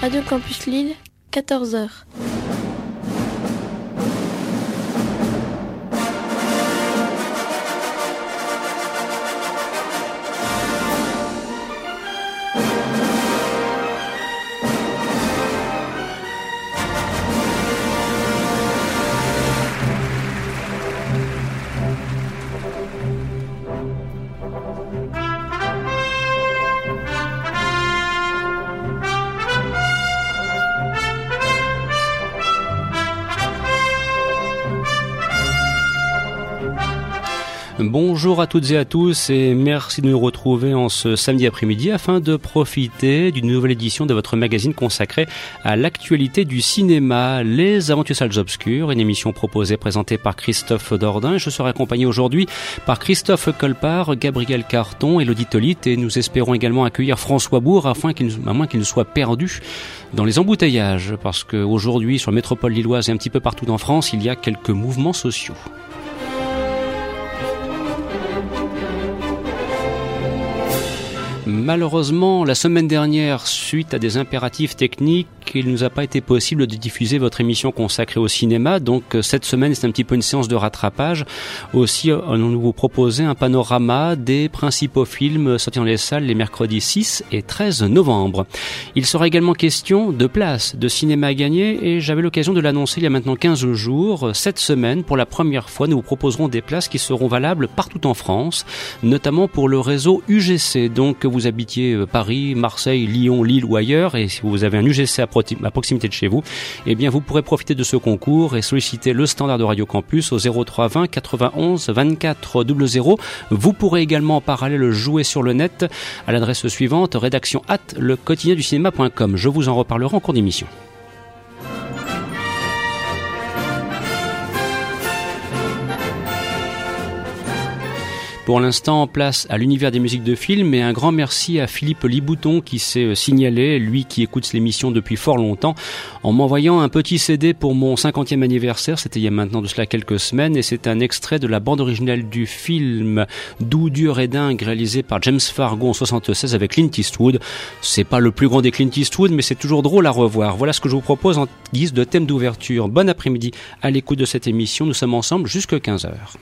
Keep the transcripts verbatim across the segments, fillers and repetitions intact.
Radio Campus Lille, quatorze heures. Bonjour à toutes et à tous et merci de nous retrouver en ce samedi après-midi afin de profiter d'une nouvelle édition de votre magazine consacré à l'actualité du cinéma, Les Aventures Salles Obscures, une émission proposée et présentée par Christophe Dordain. Je serai accompagné aujourd'hui par Christophe Colpart, Gabriel Carton et Elodie Tolite et nous espérons également accueillir François Bourg afin qu'il, à moins qu'il ne soit perdu dans les embouteillages parce qu'aujourd'hui sur la métropole lilloise et un petit peu partout en France, il y a quelques mouvements sociaux. Malheureusement, la semaine dernière, suite à des impératifs techniques, il ne nous a pas été possible de diffuser votre émission consacrée au cinéma. Donc cette semaine, c'est un petit peu une séance de rattrapage. Aussi, nous vous proposer un panorama des principaux films sortis dans les salles les mercredis six et treize novembre. Il sera également question de places de cinéma à gagner et j'avais l'occasion de l'annoncer il y a maintenant quinze jours. Cette semaine, pour la première fois, nous vous proposerons des places qui seront valables partout en France, notamment pour le réseau U G C. Donc vous habitiez Paris, Marseille, Lyon, Lille ou ailleurs et si vous avez un U G C à à proximité de chez vous, eh bien vous pourrez profiter de ce concours et solliciter le standard de Radio Campus au zéro trois vingt quatre-vingt-onze vingt-quatre zéro zéro. Vous pourrez également en parallèle jouer sur le net à l'adresse suivante rédaction arobase le quotidien du cinéma point com. Je vous en reparlerai en cours d'émission. Pour l'instant, place à l'univers des musiques de film et un grand merci à Philippe Libouton qui s'est signalé, lui qui écoute l'émission depuis fort longtemps, en m'envoyant un petit C D pour mon cinquantième anniversaire, c'était il y a maintenant de cela quelques semaines, et c'est un extrait de la bande originale du film Doux, dur et dingue réalisé par James Fargo en soixante-seize avec Clint Eastwood. C'est pas le plus grand des Clint Eastwood, mais c'est toujours drôle à revoir. Voilà ce que je vous propose en guise de thème d'ouverture. Bon après-midi à l'écoute de cette émission, nous sommes ensemble jusqu'à quinze heures.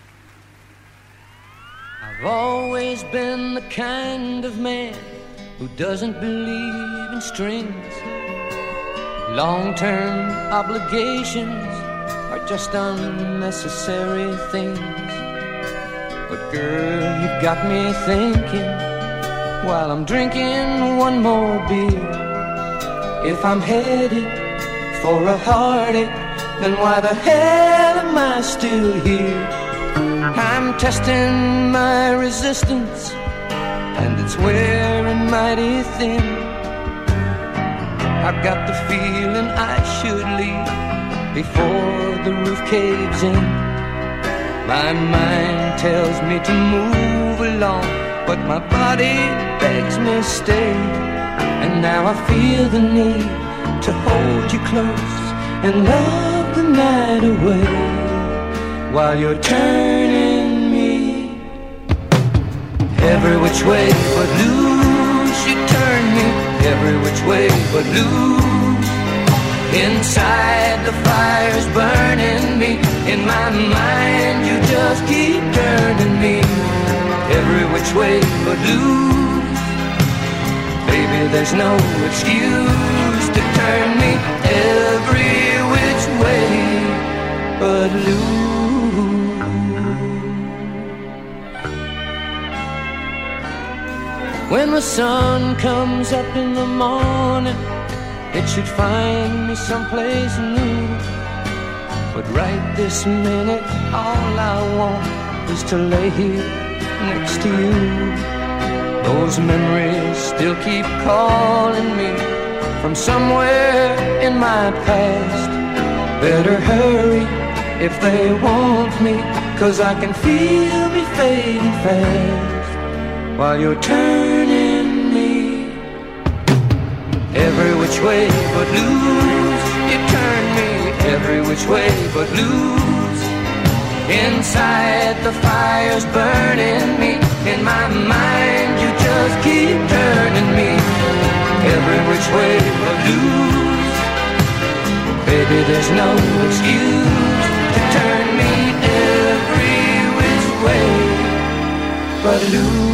I've always been the kind of man who doesn't believe in strings. Long-term obligations are just unnecessary things. But girl, you've got me thinking while I'm drinking one more beer. If I'm headed for a heartache, then why the hell am I still here? I'm testing my resistance, and it's wearing mighty thin. I've got the feeling I should leave before the roof caves in. My mind tells me to move along, but my body begs me stay. And now I feel the need to hold you close and love the night away. While you're turning me every which way but loose, you turn me every which way but loose. Inside the fire's burning me, in my mind you just keep turning me every which way but loose. Baby, there's no excuse to turn me every which way but loose. When the sun comes up in the morning, it should find me someplace new. But right this minute, all I want is to lay here next to you. Those memories still keep calling me from somewhere in my past. Better hurry if they want me, 'cause I can feel me fading fast. While you're turning me every which way but loose, you turn me every which way but loose. Inside the fire's burning me, in my mind you just keep turning me every which way but lose. Baby, there's no excuse to turn me every which way but lose.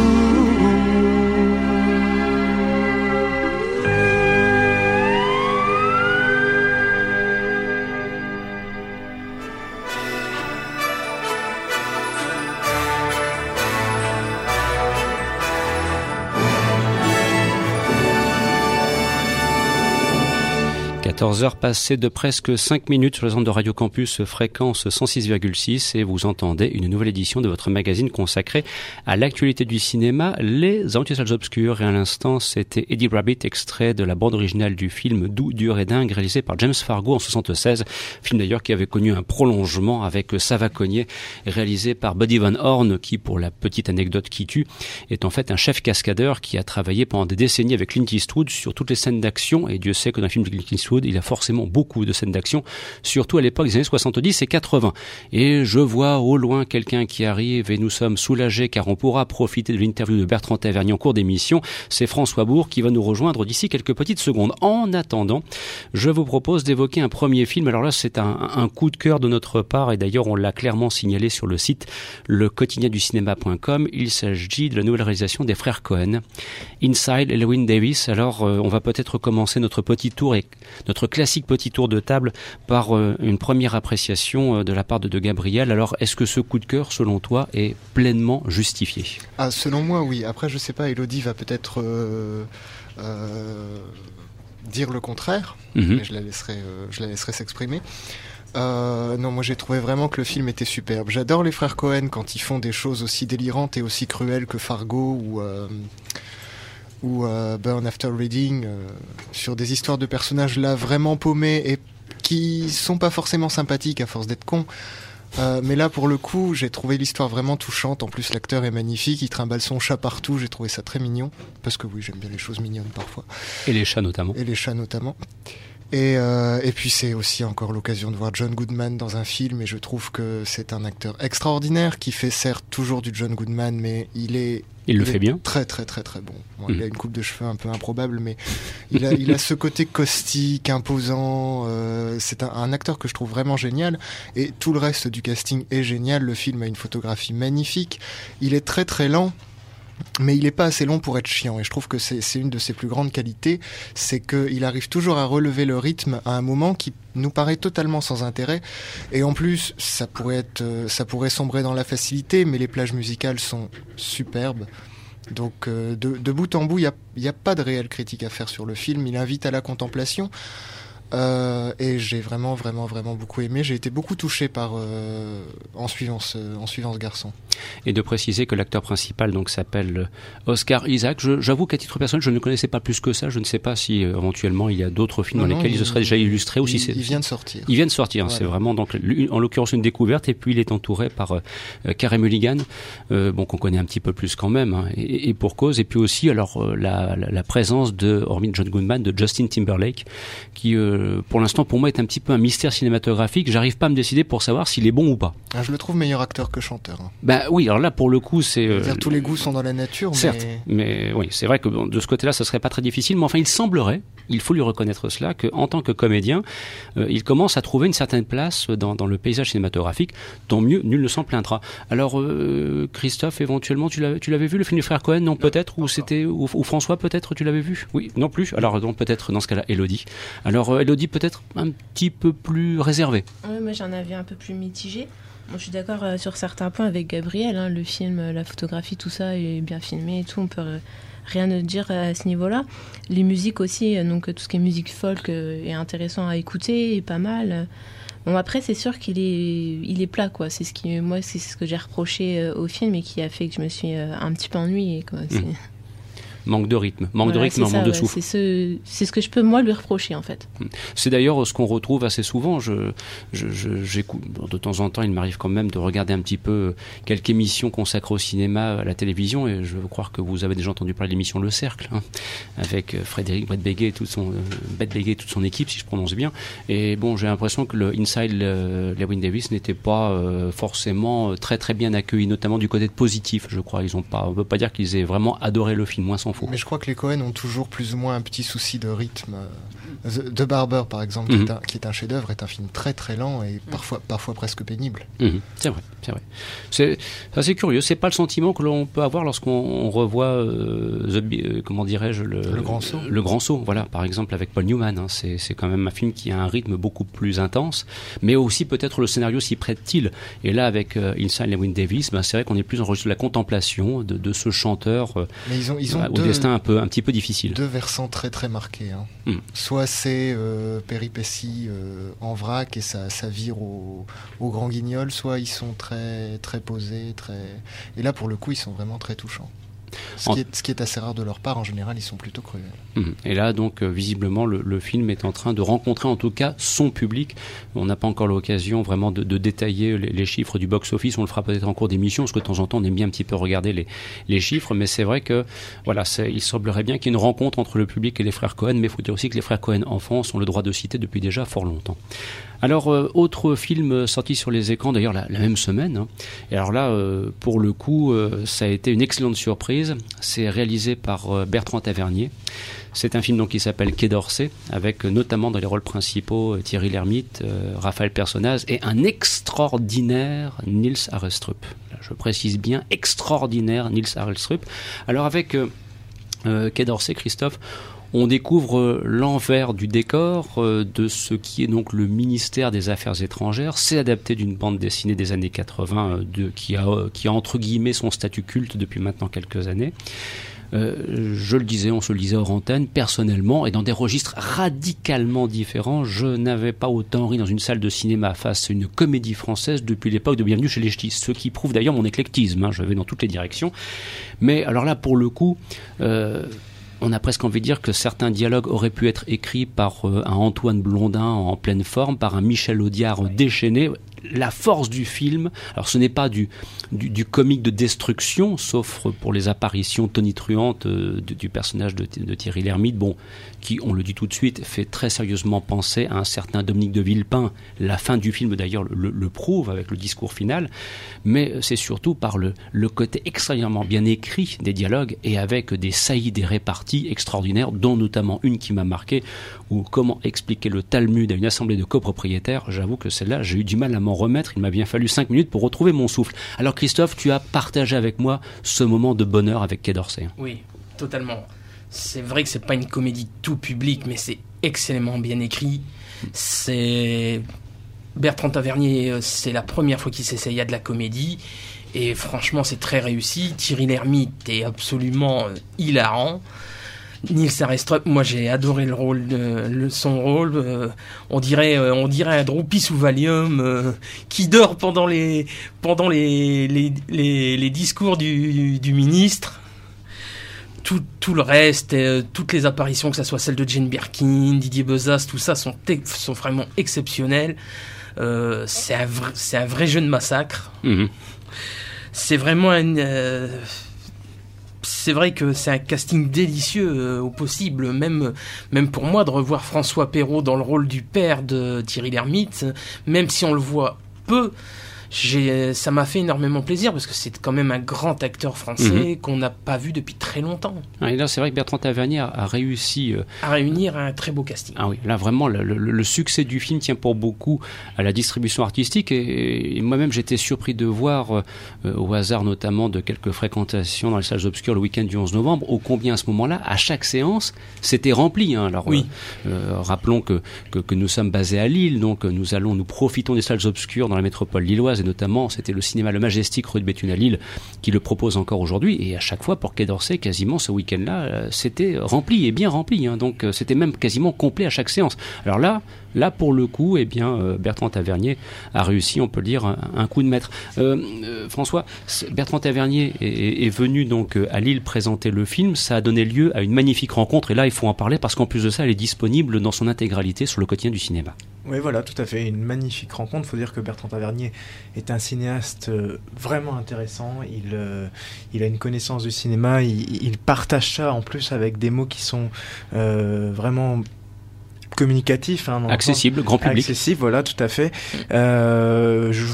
quatorze heures passées de presque cinq minutes sur les ondes de Radio Campus fréquence cent six virgule six et vous entendez une nouvelle édition de votre magazine consacré à l'actualité du cinéma, Les Aventures des Salles Obscures. Et à l'instant, c'était Eddie Rabbit, extrait de la bande originale du film Doux, dur et dingue, réalisé par James Fargo en soixante-seize. Film d'ailleurs qui avait connu un prolongement avec Ça va cogner, réalisé par Buddy Van Horn, qui, pour la petite anecdote qui tue, est en fait un chef cascadeur qui a travaillé pendant des décennies avec Clint Eastwood sur toutes les scènes d'action. Et Dieu sait que dans un film de Clint Eastwood, il a forcément beaucoup de scènes d'action, surtout à l'époque des années soixante-dix et quatre-vingts. Et je vois au loin quelqu'un qui arrive et nous sommes soulagés car on pourra profiter de l'interview de Bertrand Tavernier en cours d'émission. C'est François Bourg qui va nous rejoindre d'ici quelques petites secondes. En attendant, je vous propose d'évoquer un premier film. Alors là, c'est un, un coup de cœur de notre part et d'ailleurs on l'a clairement signalé sur le site le quotidien du cinéma point com. Il s'agit de la nouvelle réalisation des frères Cohen, Inside Llewyn Davis. Alors euh, on va peut-être commencer notre petit tour et notre classique petit tour de table par euh, une première appréciation euh, de la part de De Gabriel. Alors, est-ce que ce coup de cœur, selon toi, est pleinement justifié ? Ah, selon moi, oui. Après, je sais pas, Elodie va peut-être euh, euh, dire le contraire, mm-hmm. mais je la laisserai, euh, je la laisserai s'exprimer. Euh, non, moi j'ai trouvé vraiment que le film était superbe. J'adore les frères Cohen quand ils font des choses aussi délirantes et aussi cruelles que Fargo ou... Euh, ou euh, Burn After Reading, euh, sur des histoires de personnages là vraiment paumés et qui sont pas forcément sympathiques à force d'être cons. Euh, mais là, pour le coup, j'ai trouvé l'histoire vraiment touchante. En plus, l'acteur est magnifique, il trimballe son chat partout. J'ai trouvé ça très mignon, parce que oui, j'aime bien les choses mignonnes parfois. Et les chats notamment. Et les chats notamment. Et, euh, et puis c'est aussi encore l'occasion de voir John Goodman dans un film, et je trouve que c'est un acteur extraordinaire qui fait certes toujours du John Goodman, mais il est Il, il le fait bien. Très très très très bon. Bon mmh. Il a une coupe de cheveux un peu improbable, mais il a, il a ce côté caustique, imposant. Euh, c'est un, un acteur que je trouve vraiment génial. Et tout le reste du casting est génial. Le film a une photographie magnifique. Il est très très lent, mais il n'est pas assez long pour être chiant. Et je trouve que c'est, c'est une de ses plus grandes qualités. C'est qu'il arrive toujours à relever le rythme à un moment qui nous paraît totalement sans intérêt. Et en plus, ça pourrait être, ça pourrait sombrer dans la facilité, mais les plages musicales sont superbes. Donc euh, de, de bout en bout, il n'y a, a pas de réelle critique à faire sur le film. Il invite à la contemplation. Euh, et j'ai vraiment, vraiment, vraiment beaucoup aimé. J'ai été beaucoup touché par, euh, en suivant ce, en suivant ce garçon. Et de préciser que l'acteur principal donc s'appelle Oscar Isaac. Je, j'avoue qu'à titre personnel, je ne connaissais pas plus que ça. Je ne sais pas si euh, éventuellement il y a d'autres films non, dans non, lesquels il, il se serait déjà illustré ou il, si c'est. Il vient de sortir. Il vient de sortir. Voilà. C'est vraiment donc en l'occurrence une découverte. Et puis il est entouré par euh, Carey Mulligan, euh, bon qu'on connaît un petit peu plus quand même, hein, et, et pour cause. Et puis aussi alors euh, la, la, la présence de, hormis John Goodman, de Justin Timberlake, qui euh, pour l'instant pour moi est un petit peu un mystère cinématographique. J'arrive pas à me décider pour savoir s'il est bon ou pas. Ah, je le trouve meilleur acteur que chanteur. Hein. Bah oui, alors là pour le coup c'est. Euh, tous les goûts sont dans la nature. Certes, mais, mais oui, c'est vrai que bon, de ce côté-là, ça serait pas très difficile. Mais enfin, il semblerait, il faut lui reconnaître cela, qu'en tant que comédien, euh, il commence à trouver une certaine place dans, dans le paysage cinématographique. Tant mieux, nul ne s'en plaindra. Alors, euh, Christophe, éventuellement, tu l'avais, tu l'avais vu le film du frère Cohen, non, non peut-être, ou c'était, ou, ou François, peut-être, tu l'avais vu? Oui, non plus. Alors donc peut-être dans ce cas-là, Elodie. Alors euh, Elodie, peut-être un petit peu plus réservée. Oui, moi j'en avais un peu plus mitigé. Bon, je suis d'accord euh, sur certains points avec Gabriel, hein, le film, la photographie, tout ça est bien filmé et tout, on peut euh, rien ne dire à ce niveau-là. Les musiques aussi, euh, donc tout ce qui est musique folk euh, est intéressant à écouter, est pas mal. Bon, après c'est sûr qu'il est, il est plat, quoi. C'est ce qui, moi c'est ce que j'ai reproché euh, au film et qui a fait que je me suis euh, un petit peu ennuyée, quoi. C'est... Mmh. Manque de rythme, manque voilà, de rythme, ça, manque de ouais, souffle. C'est ce, c'est ce que je peux moi lui reprocher en fait. C'est d'ailleurs ce qu'on retrouve assez souvent. Je, je, je, j'écoute, de temps en temps, il m'arrive quand même de regarder un petit peu quelques émissions consacrées au cinéma à la télévision, et je veux croire que vous avez déjà entendu parler de l'émission Le Cercle, hein, avec Frédéric Bredbéguet et toute son, Bredbéguet et toute son équipe, si je prononce bien. Et bon, j'ai l'impression que le Inside Llewyn Davis n'était pas euh, forcément très très bien accueilli, notamment du côté de positif. Je crois, ils ont pas, on peut pas dire qu'ils aient vraiment adoré le film, moins s'en faut. Mais je crois que les Coen ont toujours plus ou moins un petit souci de rythme. The, The Barber, par exemple, mm-hmm. qui, est un, qui est un chef-d'œuvre, est un film très très lent et parfois, parfois presque pénible. Mm-hmm. C'est vrai, c'est vrai. C'est assez curieux. C'est pas le sentiment que l'on peut avoir lorsqu'on revoit euh, The, euh, comment dirais-je le, le Grand Saut. Le Grand Saut, voilà, par exemple avec Paul Newman. Hein. C'est, c'est quand même un film qui a un rythme beaucoup plus intense, mais aussi peut-être le scénario s'y prête-t-il. Et là, avec euh, Inside Llewyn Davis, ben, c'est vrai qu'on est plus en registre de la contemplation de, de ce chanteur euh, mais ils ont, ils ont euh, deux, au destin un peu, un petit peu difficile. Deux versants très très marqués. Hein. Mm. Soit c'est euh, péripéties euh, en vrac et ça, ça vire au, au grand guignol, soit ils sont très très posés, très. Et là, pour le coup, ils sont vraiment très touchants. Ce qui, est, ce qui est assez rare de leur part, en général, ils sont plutôt cruels. Et là, donc, euh, visiblement, le, le film est en train de rencontrer, en tout cas, son public. On n'a pas encore l'occasion vraiment de, de détailler les, les chiffres du box-office. On le fera peut-être en cours d'émission, parce que de temps en temps, on aime bien un petit peu regarder les, les chiffres. Mais c'est vrai que, voilà, c'est, il semblerait bien qu'il y ait une rencontre entre le public et les frères Coen. Mais il faut dire aussi que les frères Coen enfants ont le droit de citer depuis déjà fort longtemps. Alors, euh, autre film sorti sur les écrans, d'ailleurs la, la même semaine. Hein. Et alors là, euh, pour le coup, euh, ça a été une excellente surprise. C'est réalisé par euh, Bertrand Tavernier. C'est un film donc qui s'appelle Quai d'Orsay, avec euh, notamment dans les rôles principaux euh, Thierry Lhermitte, euh, Raphaël Personnaz et un extraordinaire Niels Arestrup. Là, je précise bien, extraordinaire Niels Arestrup. Alors avec euh, euh, Quai d'Orsay, Christophe, on découvre l'envers du décor de ce qui est donc le ministère des Affaires étrangères. C'est adapté d'une bande dessinée des années quatre-vingts de, qui, a, qui a entre guillemets son statut culte depuis maintenant quelques années. Euh, je le disais, on se le disait hors antenne, personnellement, et dans des registres radicalement différents, je n'avais pas autant ri dans une salle de cinéma face à une comédie française depuis l'époque de Bienvenue chez les Ch'tis, ce qui prouve d'ailleurs mon éclectisme, hein, je vais dans toutes les directions. Mais alors là, pour le coup... Euh, on a presque envie de dire que certains dialogues auraient pu être écrits par euh, un Antoine Blondin en pleine forme, par un Michel Audiard déchaîné. La force du film, alors ce n'est pas du, du, du comique de destruction, sauf pour les apparitions tonitruantes euh, du, du personnage de, de Thierry Lhermitte, bon, qui, on le dit tout de suite, fait très sérieusement penser à un certain Dominique de Villepin. La fin du film, d'ailleurs, le, le prouve avec le discours final, mais c'est surtout par le, le côté extrêmement bien écrit des dialogues et avec des saillies, des réparties extraordinaires, dont notamment une qui m'a marqué, où comment expliquer le Talmud à une assemblée de copropriétaires. J'avoue que celle-là, j'ai eu du mal à m'en remettre. Il m'a bien fallu cinq minutes pour retrouver mon souffle. Alors Christophe, tu as partagé avec moi ce moment de bonheur avec Quai d'Orsay. Oui, totalement. C'est vrai que c'est pas une comédie tout public, mais c'est excellemment bien écrit. C'est Bertrand Tavernier, c'est la première fois qu'il s'essaye à de la comédie, et franchement c'est très réussi. Thierry Lhermitte est absolument euh, hilarant. Niels Arestrup, moi j'ai adoré le rôle, de, le, son rôle. Euh, on dirait, euh, on dirait un Droupy sous Valium euh, qui dort pendant les, pendant les, les, les, les discours du, du ministre. Tout, tout le reste, euh, toutes les apparitions, que ce soit celle de Jane Birkin, Didier Bezas, tout ça sont, sont vraiment exceptionnels. Euh, c'est, un vrai, c'est un vrai jeu de massacre. Mmh. C'est vraiment un... Euh, c'est vrai que c'est un casting délicieux euh, au possible, même, même pour moi de revoir François Perrault dans le rôle du père de Thierry Lhermitte, même si on le voit peu, j'ai, ça m'a fait énormément plaisir parce que c'est quand même un grand acteur français mmh. qu'on n'a pas vu depuis très longtemps. Ah, et là, c'est vrai que Bertrand Tavernier a, a réussi euh, à réunir un très beau casting. Ah oui, là vraiment le, le, le succès du film tient pour beaucoup à la distribution artistique et, et moi-même j'étais surpris de voir euh, au hasard notamment de quelques fréquentations dans les salles obscures le week-end du onze novembre, ô combien à ce moment-là, à chaque séance, c'était rempli. Hein. Alors oui. euh, euh, rappelons que, que que nous sommes basés à Lille, donc nous allons, nous profitons des salles obscures dans la métropole lilloise. Et notamment, c'était le cinéma Le Majestic rue de Béthune à Lille qui le propose encore aujourd'hui. Et à chaque fois, pour Quai d'Orsay, quasiment ce week-end-là, euh, c'était rempli et bien rempli. Hein. Donc, euh, c'était même quasiment complet à chaque séance. Alors là, là pour le coup, eh bien, euh, Bertrand Tavernier a réussi, on peut le dire, un, un coup de maître. Euh, euh, François, Bertrand Tavernier est, est venu donc à Lille présenter le film. Ça a donné lieu à une magnifique rencontre. Et là, il faut en parler parce qu'en plus de ça, elle est disponible dans son intégralité sur le quotidien du cinéma. Oui, voilà, tout à fait. Une magnifique rencontre. Il faut dire que Bertrand Tavernier est un cinéaste euh, vraiment intéressant. Il, euh, il a une connaissance du cinéma. Il, il partage ça en plus avec des mots qui sont euh, vraiment communicatifs. Hein, accessible, grand public. Accessible, voilà, tout à fait. Euh, je,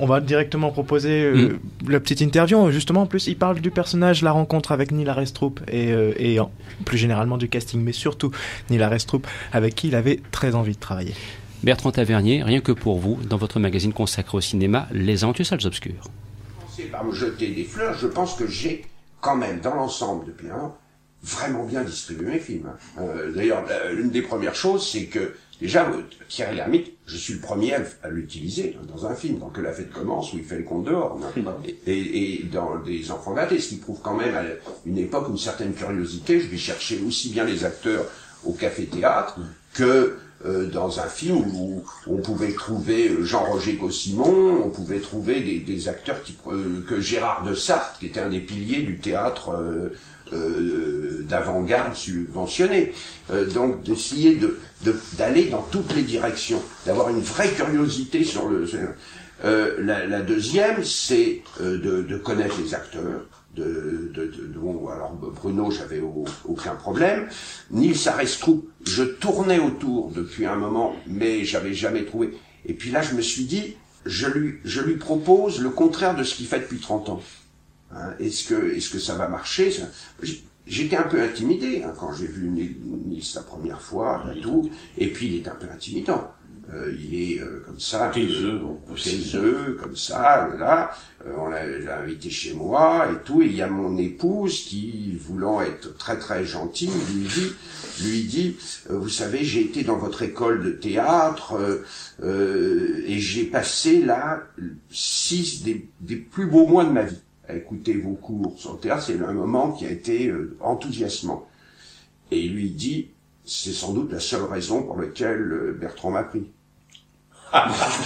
on va directement proposer euh, mmh. la petite interview. Justement, en plus, il parle du personnage, la rencontre avec Neil Arestrup et, euh, et en, plus généralement du casting, mais surtout Neil Arestrup, avec qui il avait très envie de travailler. Bertrand Tavernier, rien que pour vous, dans votre magazine consacré au cinéma, Les Aventures Salles Obscures. Commencer par me jeter des fleurs, je pense que j'ai quand même, dans l'ensemble, depuis un an, vraiment bien distribué mes films. Euh, d'ailleurs, l'une des premières choses, c'est que déjà, Thierry Lhermitte, je suis le premier à, à l'utiliser dans un film, dans Que la fête commence, où il fait le conte dehors, et, et, et dans Des enfants gâtés, ce qui prouve quand même à une époque une certaine curiosité. Je vais chercher aussi bien les acteurs au café-théâtre que euh, dans un film où on pouvait trouver Jean-Roger Cossimon, on pouvait trouver des, des acteurs type, euh, que Gérard de Sarthe, qui était un des piliers du théâtre euh, Euh, d'avant-garde subventionné. Euh, donc d'essayer de, de d'aller dans toutes les directions, d'avoir une vraie curiosité sur le. Euh, la, la deuxième, c'est euh, de, de connaître les acteurs. De, de, de, de bon, alors Bruno, j'avais au, aucun problème. Neil Arestrup, je tournais autour depuis un moment, mais j'avais jamais trouvé. Et puis là, je me suis dit, je lui, je lui propose le contraire de ce qu'il fait depuis trente ans. Hein, est-ce que, est-ce que ça va marcher? J'étais un peu intimidé hein, quand j'ai vu Neil la première fois, là, tout, et puis il est un peu intimidant. Euh, il est euh, comme ça, taiseux, taiseux, comme ça, là. Euh, on l'a, l'a invité chez moi et tout, et il y a mon épouse qui, voulant être très très gentille, lui dit, lui dit, euh, vous savez, j'ai été dans votre école de théâtre euh, euh, et j'ai passé là six des, des plus beaux mois de ma vie. Écouter vos cours sur le théâtre, c'est un moment qui a été euh, enthousiasmant. Et il lui dit, c'est sans doute la seule raison pour laquelle euh, Bertrand m'a pris. Hein?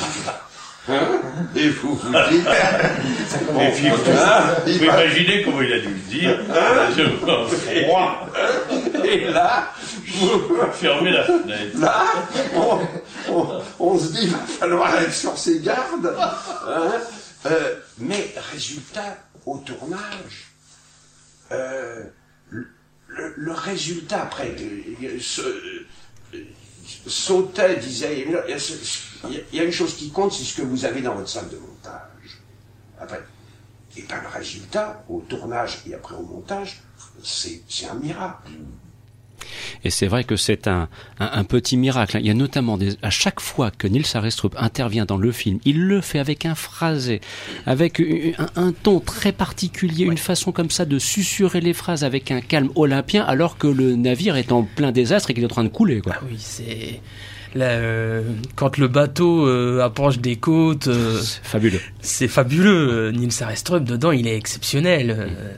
Et vous vous dites... Bon, et puis, hein, vous pouvez imaginer comment il a dû le dire. Hein? Je et, et là... Fermez la fenêtre. Là, on, on, on se dit, il va falloir être sur ses gardes. Hein? Euh, mais résultat, au tournage, euh, le, le, le résultat après euh, ce, euh, sautait, disait, il y, a, il y a une chose qui compte, c'est ce que vous avez dans votre salle de montage. Après, et ben le résultat, au tournage et après au montage, c'est, c'est un miracle. Et c'est vrai que c'est un, un, un petit miracle. Il y a notamment des, à chaque fois que Neil Arestrup intervient dans le film, il le fait avec un phrasé, avec un, un ton très particulier, une façon comme ça de susurrer les phrases avec un calme olympien, alors que le navire est en plein désastre et qu'il est en train de couler, quoi. Ah oui, c'est... Là, euh, quand le bateau euh, approche des côtes... Euh, c'est fabuleux. C'est fabuleux. Neil Arestrup, dedans, il est exceptionnel. Euh,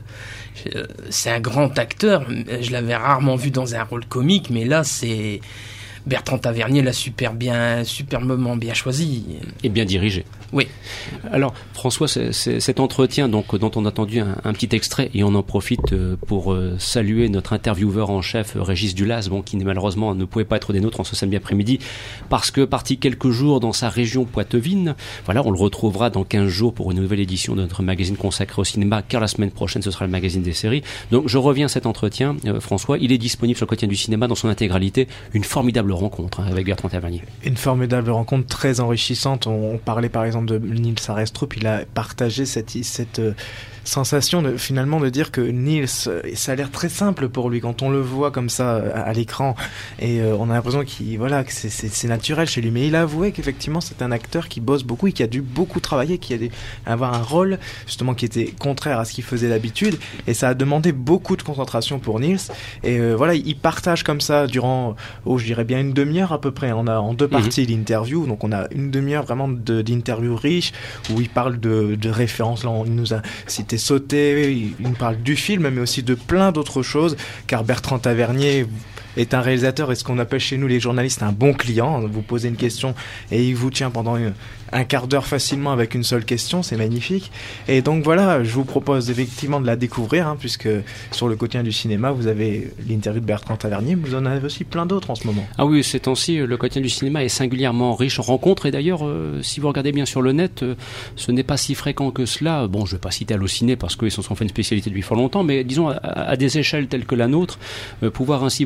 c'est un grand acteur. Je l'avais rarement vu dans un rôle comique, mais là, c'est... Bertrand Tavernier l'a super bien, superbement bien choisi. Et bien dirigé. Oui. Alors, François, c'est, c'est, cet entretien donc, dont on a entendu un, un petit extrait, et on en profite pour euh, saluer notre intervieweur en chef, Régis Dulas, bon, qui malheureusement ne pouvait pas être des nôtres en ce samedi après-midi, parce que parti quelques jours dans sa région poitevine. Voilà, on le retrouvera dans quinze jours pour une nouvelle édition de notre magazine consacré au cinéma, car la semaine prochaine, ce sera le magazine des séries. Donc, je reviens à cet entretien, euh, François. Il est disponible sur le quotidien du cinéma dans son intégralité. Une formidable rencontre hein, avec Bertrand Tavernier. Une formidable rencontre très enrichissante. On, on parlait par exemple de Neil Arestrup, il a partagé cette, cette euh, sensation de, finalement de dire que Neil, ça a l'air très simple pour lui quand on le voit comme ça à, à l'écran, et euh, on a l'impression qu'il, voilà, que c'est, c'est, c'est naturel chez lui, mais il a avoué qu'effectivement c'est un acteur qui bosse beaucoup et qui a dû beaucoup travailler, qui a dû avoir un rôle justement qui était contraire à ce qu'il faisait d'habitude, et ça a demandé beaucoup de concentration pour Neil, et euh, voilà, il partage comme ça durant, oh je dirais bien une demi-heure à peu près. On a en deux parties mmh. l'interview, donc on a une demi-heure vraiment de, d'interview riche où il parle de, de références. Là, on nous a cité Sauté, il, il nous parle du film, mais aussi de plein d'autres choses, car Bertrand Tavernier est un réalisateur et ce qu'on appelle chez nous les journalistes un bon client. Vous posez une question et il vous tient pendant une, un quart d'heure facilement avec une seule question, c'est magnifique. Et donc voilà, je vous propose effectivement de la découvrir, hein, puisque sur le quotidien du cinéma, vous avez l'interview de Bertrand Tavernier, mais vous en avez aussi plein d'autres en ce moment. Ah oui, ces temps-ci, le quotidien du cinéma est singulièrement riche en rencontres, et d'ailleurs, euh, si vous regardez bien sur le net, euh, ce n'est pas si fréquent que cela. Bon, je ne vais pas citer Allociné parce qu'ils s'en sont fait une spécialité depuis fort longtemps, mais disons, à, à des échelles telles que la nôtre, euh, pouvoir ainsi vous proposer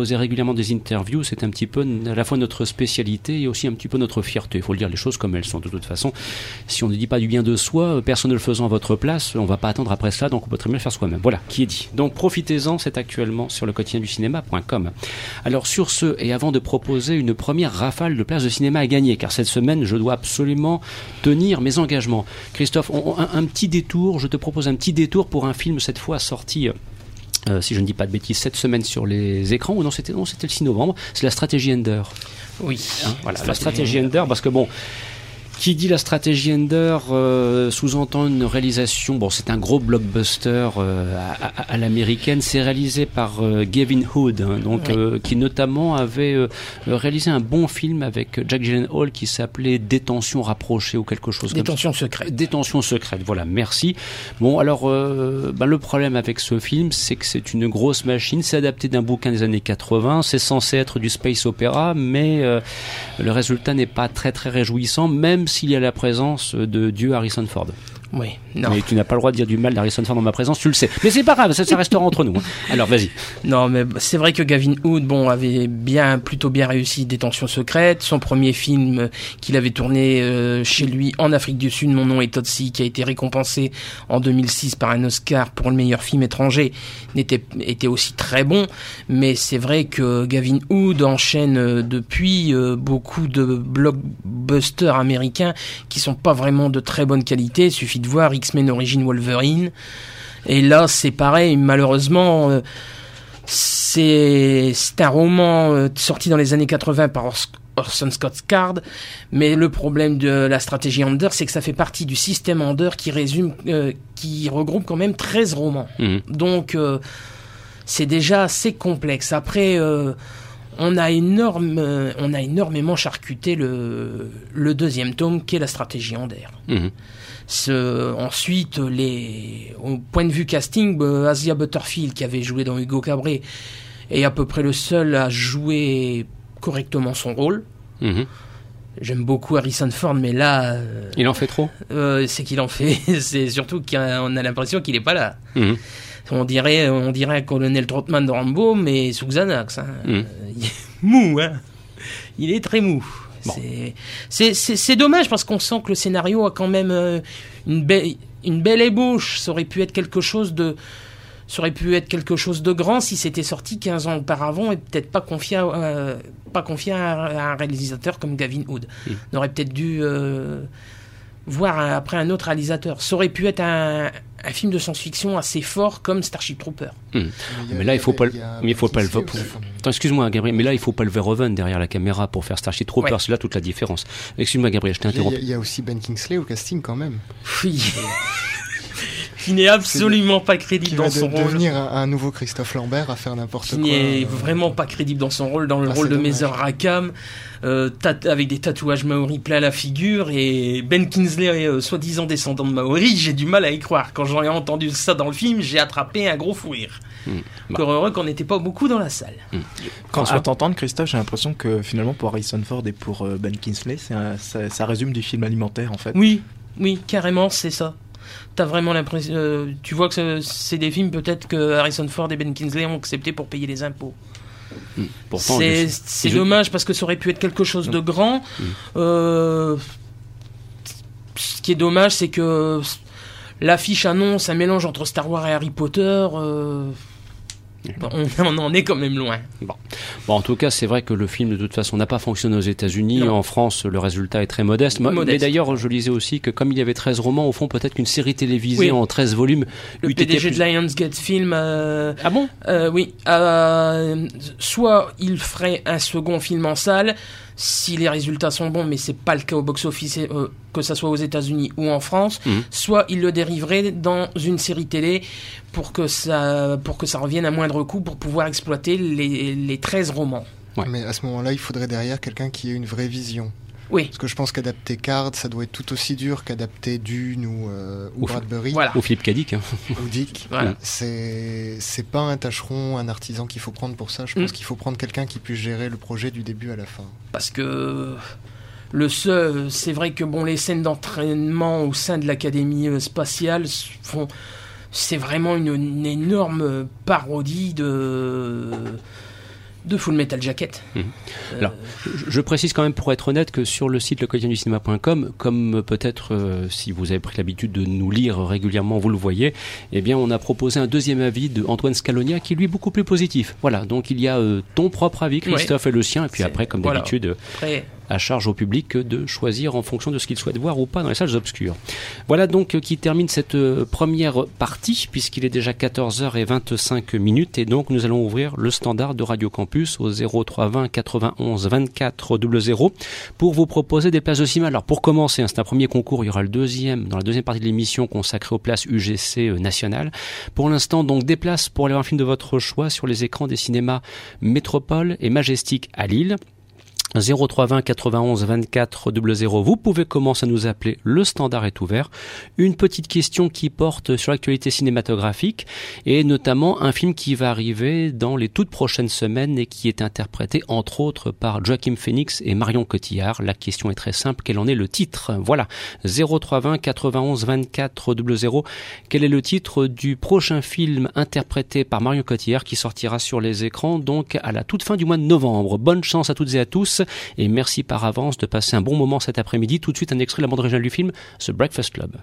proposer régulièrement des interviews. C'est un petit peu à la fois notre spécialité et aussi un petit peu notre fierté. Il faut le dire les choses comme elles sont. De toute façon, si on ne dit pas du bien de soi, personne ne le faisant à votre place, on va pas attendre après cela, donc on peut très bien le faire soi-même. Voilà, qui est dit. Donc profitez-en, c'est actuellement sur le quotidien du cinéma point com. Alors sur ce, et avant de proposer une première rafale de places de cinéma à gagner, car cette semaine, je dois absolument tenir mes engagements. Christophe, on, on, un, un petit détour, je te propose un petit détour pour un film cette fois sorti... Euh, si je ne dis pas de bêtises, cette semaine sur les écrans, ou non, c'était, non, c'était le six novembre, c'est la stratégie Ender. Oui. Hein, voilà, stratégie la stratégie Ender, parce que bon, qui dit la stratégie Ender euh, sous-entend une réalisation, bon, c'est un gros blockbuster euh, à, à, à l'américaine, c'est réalisé par euh, Gavin Hood, hein, donc, oui. euh, qui notamment avait euh, réalisé un bon film avec Jack Gyllenhaal qui s'appelait Détention rapprochée ou quelque chose Détention comme ça. secrète. Détention secrète, voilà, merci. Bon, alors, euh, ben, le problème avec ce film, c'est que c'est une grosse machine, c'est adapté d'un bouquin des années quatre-vingts, c'est censé être du space opéra, mais euh, le résultat n'est pas très très réjouissant, même s'il y a la présence de Dieu Harrison Ford. Oui, non. Mais tu n'as pas le droit de dire du mal d'Harrison Ford dans ma présence, tu le sais. Mais c'est pas grave, ça, ça restera entre nous. Alors, vas-y. Non, mais c'est vrai que Gavin Hood, bon, avait bien, plutôt bien réussi Détention secrète. Son premier film qu'il avait tourné euh, chez lui en Afrique du Sud, Mon nom est Otzi, qui a été récompensé en deux mille six par un Oscar pour le meilleur film étranger, n'était, était aussi très bon. Mais c'est vrai que Gavin Hood enchaîne euh, depuis euh, beaucoup de blockbusters américains qui sont pas vraiment de très bonne qualité. Il suffit de voir X-Men Origins Wolverine, et là c'est pareil, malheureusement euh, c'est, c'est un roman euh, sorti dans les années quatre-vingts par Ors- Orson Scott Card, mais le problème de la stratégie Ender, c'est que ça fait partie du système Ender qui résume, euh, qui regroupe quand même treize romans, mmh. donc euh, c'est déjà assez complexe. Après euh, On a, énorme, euh, on a énormément charcuté le, le deuxième tome qui est la stratégie Ender. Mmh. Ce, ensuite, les, au point de vue casting, euh, Asa Butterfield, qui avait joué dans Hugo Cabret, est à peu près le seul à jouer correctement son rôle. Mmh. J'aime beaucoup Harrison Ford, mais là... Euh, il en fait trop euh, C'est qu'il en fait. C'est surtout qu'on a l'impression qu'il n'est pas là. Mmh. On dirait, on dirait un colonel Trotman de Rambo, mais sous Xanax. Hein. Mmh. Il est mou, hein. Il est très mou. Bon. C'est, c'est, c'est, c'est dommage parce qu'on sent que le scénario a quand même euh, une, be- une belle ébauche. Ça aurait pu être quelque chose de, ça aurait pu être quelque chose de grand si c'était sorti quinze ans auparavant et peut-être pas confié à, euh, pas confié à, à un réalisateur comme Gavin Hood. Mmh. On aurait peut-être dû euh, voir un, après un autre réalisateur. Ça aurait pu être un, un film de science-fiction assez fort comme Starship Trooper. Mmh. Mais, mais là, il faut pas, mais il faut pas le. Pour... Attends, excuse-moi, Gabriel, mais là, il faut pas le Verhoeven derrière la caméra pour faire Starship Trooper. Ouais. C'est là toute la différence. Excuse-moi, Gabriel, je t'ai interrompu. Il y, y a aussi Ben Kingsley au casting quand même. Oui. Qui n'est absolument pas crédible dans son de, rôle. Devenir un, un nouveau Christophe Lambert à faire n'importe qui quoi. Qui n'est euh... vraiment pas crédible dans son rôle, dans le ah, rôle de Mazer Rackham, euh, tat- avec des tatouages maoris plein la figure, et Ben Kingsley, euh, soi-disant descendant de maoris, j'ai du mal à y croire. Quand j'en ai entendu ça dans le film, j'ai attrapé un gros fou rire. Mmh. Bah. Heureux qu'on n'était pas beaucoup dans la salle. Mmh. Quand on t'entend, Christophe, j'ai l'impression que finalement pour Harrison Ford et pour euh, Ben Kingsley, c'est un, ça, ça résume du film alimentaire en fait. Oui, oui, carrément, c'est ça. T'as vraiment l'impression, euh, tu vois que c'est des films peut-être que Harrison Ford et Ben Kingsley ont accepté pour payer les impôts. Mmh. Pourtant, c'est, je, c'est je... dommage parce que ça aurait pu être quelque chose de grand. Mmh. Euh, ce qui est dommage, c'est que l'affiche annonce un mélange entre Star Wars et Harry Potter. Euh, On, on en est quand même loin. Bon. Bon, en tout cas, c'est vrai que le film, de toute façon, n'a pas fonctionné aux États-Unis. Non. En France, le résultat est très modeste. modeste. Mais d'ailleurs, je lisais aussi que comme il y avait treize romans, au fond, peut-être qu'une série télévisée oui. en treize volumes... Le P D G plus... de Lionsgate Film... Euh, ah bon euh, Oui. Euh, soit il ferait un second film en salle, si les résultats sont bons, mais c'est pas le cas au box-office, euh, que ça soit aux États-Unis ou en France, mmh. soit il le dériverait dans une série télé pour que ça, pour que ça revienne à moindre coût pour pouvoir exploiter les, les treize romans. Ouais. Mais à ce moment-là, il faudrait derrière quelqu'un qui ait une vraie vision. Oui. Parce que je pense qu'adapter Card, ça doit être tout aussi dur qu'adapter Dune ou, euh, ou, ou Bradbury. Voilà. Ou Philippe Cadic. Hein. Ou Dick. Voilà. C'est, c'est pas un tâcheron, un artisan qu'il faut prendre pour ça. Je pense mmh. qu'il faut prendre quelqu'un qui puisse gérer le projet du début à la fin. Parce que le seul, c'est vrai que bon, les scènes d'entraînement au sein de l'Académie spatiale font, c'est vraiment une, une énorme parodie de... de Full Metal Jacket. Mmh. Euh, Alors, je, je précise quand même, pour être honnête, que sur le site le quotidien du cinéma point com, comme peut-être euh, si vous avez pris l'habitude de nous lire régulièrement, vous le voyez, eh bien on a proposé un deuxième avis de Antoine Scalonia qui est lui beaucoup plus positif. Voilà, donc il y a euh, ton propre avis, Christophe, ouais. et le sien, et puis C'est, après, comme voilà. d'habitude, Après, à charge au public de choisir en fonction de ce qu'il souhaite voir ou pas dans les salles obscures. Voilà donc euh, qui termine cette euh, première partie, puisqu'il est déjà quatorze heures vingt-cinq minutes, et donc nous allons ouvrir le standard de Radio Campus au zéro trois vingt quatre-vingt-onze vingt-quatre zéro zéro pour vous proposer des places de cinéma. Alors pour commencer, hein, c'est un premier concours, il y aura le deuxième dans la deuxième partie de l'émission consacrée aux places U G C euh, nationales. Pour l'instant, donc des places pour aller voir un film de votre choix sur les écrans des cinémas Métropole et Majestic à Lille. zéro trois vingt quatre-vingt-onze vingt-quatre zéro zéro. Vous pouvez commencer à nous appeler, le standard est ouvert. Une petite question qui porte sur l'actualité cinématographique et notamment un film qui va arriver dans les toutes prochaines semaines et qui est interprété entre autres par Joaquin Phoenix et Marion Cotillard. La question est très simple, quel en est le titre? Voilà, zéro trois vingt quatre-vingt-onze vingt-quatre zéro zéro. Quel est le titre du prochain film interprété par Marion Cotillard qui sortira sur les écrans donc à la toute fin du mois de novembre? Bonne chance à toutes et à tous. Et merci par avance de passer un bon moment cet après-midi. Tout de suite, un extrait de la bande originale du film, The Breakfast Club.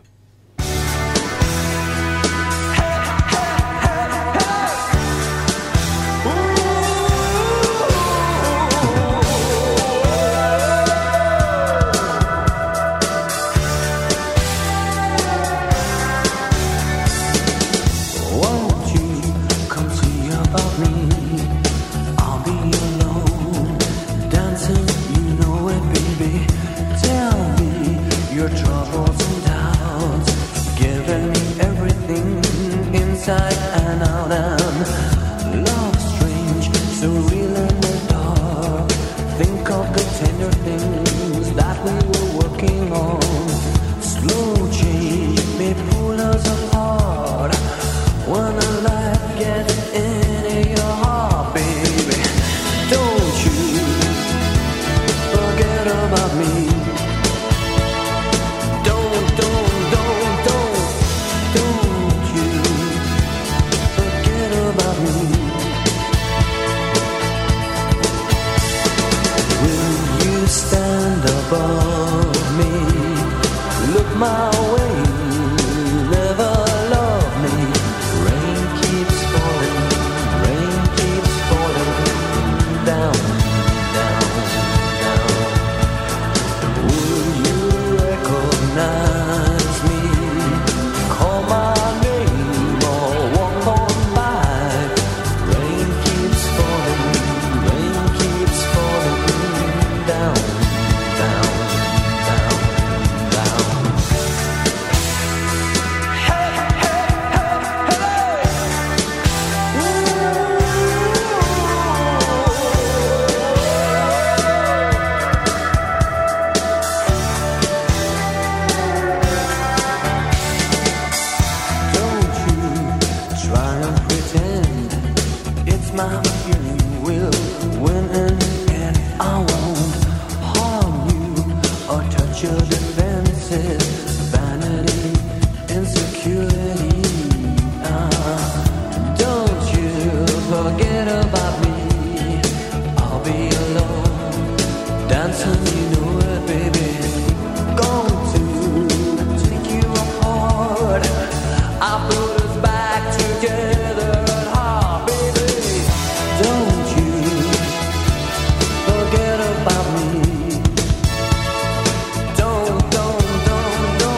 Don't, don't, don't, don't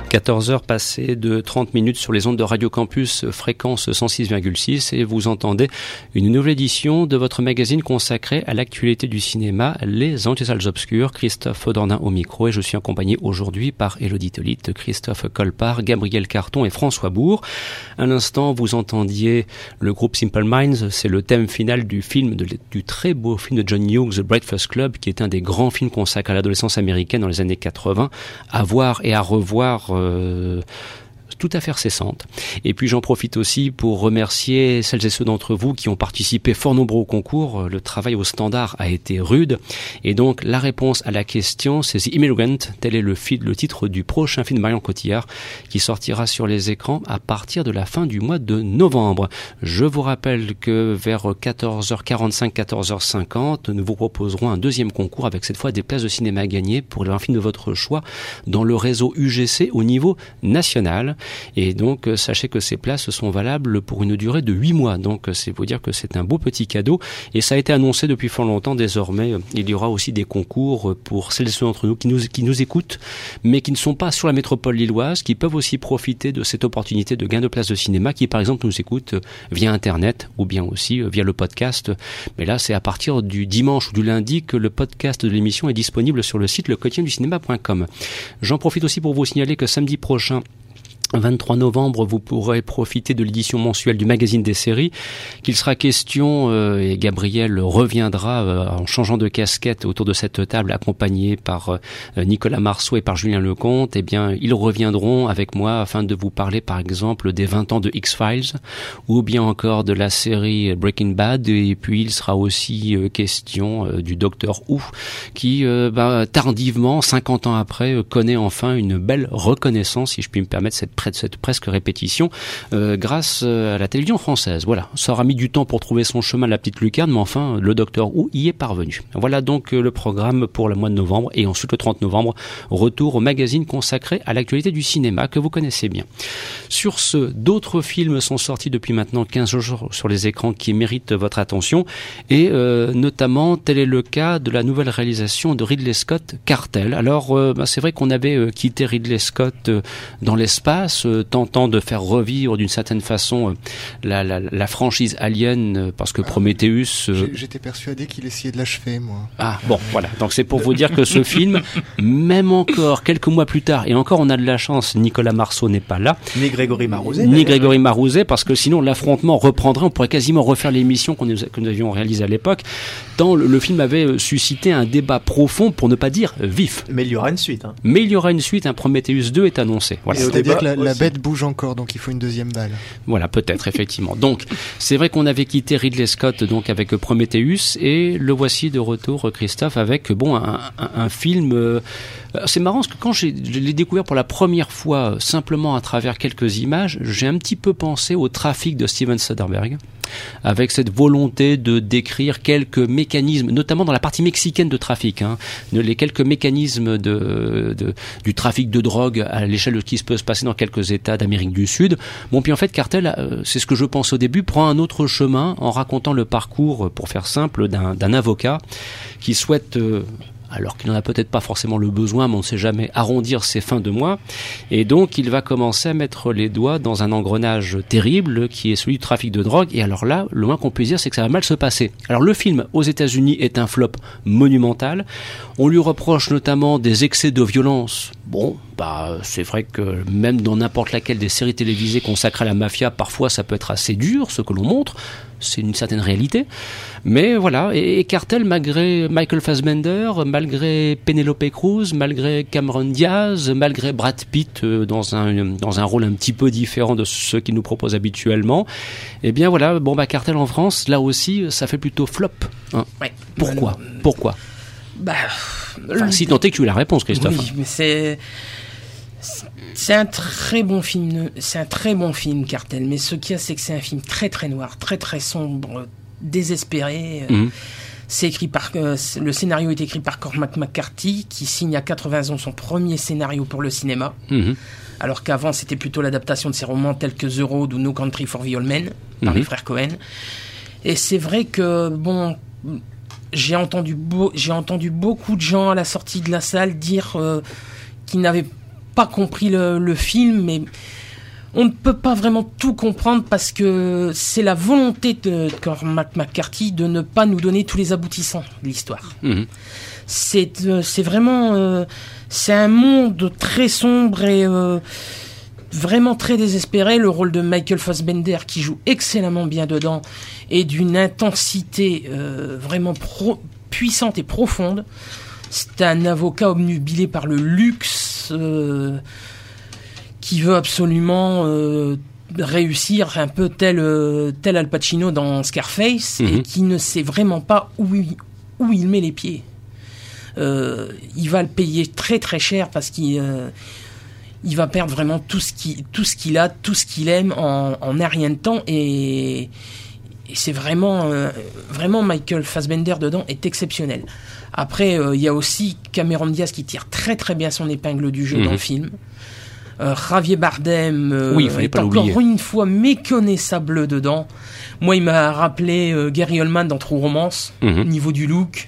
quatorze heures passées de trente minutes sur les ondes de Radio Campus, fréquence cent six virgule six, et vous entendez une nouvelle édition de votre magazine consacré à l'actualité du cinéma, Les Anti-Salles Obscures. Christophe Dornin au micro, et je suis accompagné aujourd'hui par Élodie Tolite, Christophe Colpart, Gabriel Carton et François Bourg. À l'instant, vous entendiez le groupe Simple Minds, c'est le thème final du film, de, du très beau film de John Hughes, The Breakfast Club, qui est un des grands films consacrés à l'adolescence américaine dans les années quatre-vingts, à voir et à revoir euh, tout à fait récente. Et puis j'en profite aussi pour remercier celles et ceux d'entre vous qui ont participé fort nombreux au concours. Le travail au standard a été rude, et donc la réponse à la question, c'est The Immigrant. Tel est le, film, le titre du prochain film de Marion Cotillard, qui sortira sur les écrans à partir de la fin du mois de novembre. Je vous rappelle que vers quatorze heures quarante-cinq, quatorze heures cinquante, nous vous proposerons un deuxième concours avec cette fois des places de cinéma à gagner pour un film de votre choix dans le réseau U G C au niveau national. Et donc, sachez que ces places sont valables pour une durée de huit mois. Donc, c'est vous dire que c'est un beau petit cadeau. Et ça a été annoncé depuis fort longtemps. Désormais, il y aura aussi des concours pour celles et ceux d'entre nous qui nous, qui nous écoutent, mais qui ne sont pas sur la métropole lilloise, qui peuvent aussi profiter de cette opportunité de gain de place de cinéma, qui par exemple nous écoutent via Internet ou bien aussi via le podcast. Mais là, c'est à partir du dimanche ou du lundi que le podcast de l'émission est disponible sur le site le quotidien du cinéma point com. J'en profite aussi pour vous signaler que samedi prochain, vingt-trois novembre, vous pourrez profiter de l'édition mensuelle du magazine des séries, qu'il sera question, euh, et Gabriel reviendra euh, en changeant de casquette autour de cette table, accompagné par euh, Nicolas Marceau et par Julien Lecomte. Eh bien, ils reviendront avec moi afin de vous parler, par exemple, des vingt ans de X-Files, ou bien encore de la série Breaking Bad, et puis il sera aussi euh, question euh, du Docteur Who, qui, euh, bah, tardivement, cinquante ans après, euh, connaît enfin une belle reconnaissance, si je puis me permettre cette près de cette presque répétition, euh, grâce à la télévision française. Voilà, ça aura mis du temps pour trouver son chemin, la petite lucarne, mais enfin, le Docteur Who y est parvenu. Voilà donc le programme pour le mois de novembre, et ensuite le trente novembre, retour au magazine consacré à l'actualité du cinéma, que vous connaissez bien. Sur ce, d'autres films sont sortis depuis maintenant quinze jours sur les écrans qui méritent votre attention, et euh, notamment, tel est le cas de la nouvelle réalisation de Ridley Scott, Cartel. Alors, euh, bah, c'est vrai qu'on avait euh, quitté Ridley Scott euh, dans l'espace, Euh, tentant de faire revivre d'une certaine façon euh, la, la, la franchise Alien, euh, parce que Prometheus... Euh... J'étais persuadé qu'il essayait de l'achever, moi. Ah, bon, voilà. Donc c'est pour vous dire que ce film, même encore quelques mois plus tard, et encore on a de la chance, Nicolas Marceau n'est pas là. Ni Grégory Marouzet. Ni Grégory Marouzet, parce que sinon l'affrontement reprendrait, on pourrait quasiment refaire l'émission qu'on nous, que nous avions réalisée à l'époque, tant le, le film avait suscité un débat profond, pour ne pas dire vif. Mais il y aura une suite. Hein. Mais il y aura une suite, un Prometheus deux est annoncé. Voilà. C'est-à-dire que la, la bête bouge encore, donc il faut une deuxième balle. Voilà, peut-être, effectivement. Donc, c'est vrai qu'on avait quitté Ridley Scott donc avec Prometheus, et le voici de retour, Christophe, avec bon un, un, un film... Euh, c'est marrant, parce que quand j'ai, je l'ai découvert pour la première fois, simplement à travers quelques images, j'ai un petit peu pensé au Trafic de Steven Soderbergh, avec cette volonté de décrire quelques mécanismes, notamment dans la partie mexicaine de Trafic, hein, les quelques mécanismes de, de, du trafic de drogue à l'échelle de ce qui se peut se passer dans quelques États d'Amérique du Sud. Bon, puis en fait, Cartel, euh, c'est ce que je pense au début, prend un autre chemin en racontant le parcours, pour faire simple, d'un, d'un avocat qui souhaite... Euh, alors qu'il n'en a peut-être pas forcément le besoin, mais on ne sait jamais, arrondir ses fins de mois. Et donc, il va commencer à mettre les doigts dans un engrenage terrible qui est celui du trafic de drogue. Et alors là, le moins qu'on puisse dire, c'est que ça va mal se passer. Alors, le film, aux États-Unis, est un flop monumental. On lui reproche notamment des excès de violence. Bon, bah, c'est vrai que même dans n'importe laquelle des séries télévisées consacrées à la mafia, parfois ça peut être assez dur, ce que l'on montre. C'est une certaine réalité. Mais voilà, et, et Cartel, malgré Michael Fassbender, malgré Penelope Cruz, malgré Cameron Diaz, malgré Brad Pitt euh, dans un dans un rôle un petit peu différent de ce qu'il nous propose habituellement, eh bien voilà, bon bah Cartel en France, là aussi, ça fait plutôt flop. Hein. Ouais. Pourquoi euh, Pourquoi Bah, enfin, le... si tant est que tu as la réponse, Christophe. Oui, mais c'est... C'est un très bon film, c'est un très bon film, Cartel, mais ce qu'il y a, c'est que c'est un film très très noir, très très sombre, désespéré. Mmh. C'est écrit par, euh, le scénario est écrit par Cormac McCarthy, qui signe à quatre-vingts ans son premier scénario pour le cinéma, mmh. alors qu'avant c'était plutôt l'adaptation de ses romans tels que The Road ou No Country for the Old Men, par mmh. les frères Cohen. Et c'est vrai que, bon, j'ai entendu, beau, j'ai entendu beaucoup de gens à la sortie de la salle dire euh, qu'ils n'avaient pas compris le, le film, mais on ne peut pas vraiment tout comprendre parce que c'est la volonté de Cormac McCarthy de ne pas nous donner tous les aboutissants de l'histoire. Mmh. C'est, euh, c'est vraiment... Euh, c'est un monde très sombre et euh, vraiment très désespéré. Le rôle de Michael Fassbender, qui joue excellemment bien dedans, est d'une intensité euh, vraiment pro- puissante et profonde. C'est un avocat obnubilé par le luxe... Euh, qui veut absolument euh, réussir un peu tel, euh, tel Al Pacino dans Scarface, mmh. et qui ne sait vraiment pas où il, où il met les pieds. Euh, il va le payer très très cher parce qu'il euh, il va perdre vraiment tout ce, qui, tout ce qu'il a, tout ce qu'il aime en, en un rien de temps, et, et c'est vraiment, euh, vraiment Michael Fassbender dedans est exceptionnel. Après, il euh, y a aussi Cameron Diaz qui tire très très bien son épingle du jeu mmh. dans le film. Euh, Javier Bardem euh, oui, est encore l'oublier. Une fois méconnaissable dedans. Moi, il m'a rappelé euh, Gary Oldman dans True Romance, mm-hmm. au niveau du look.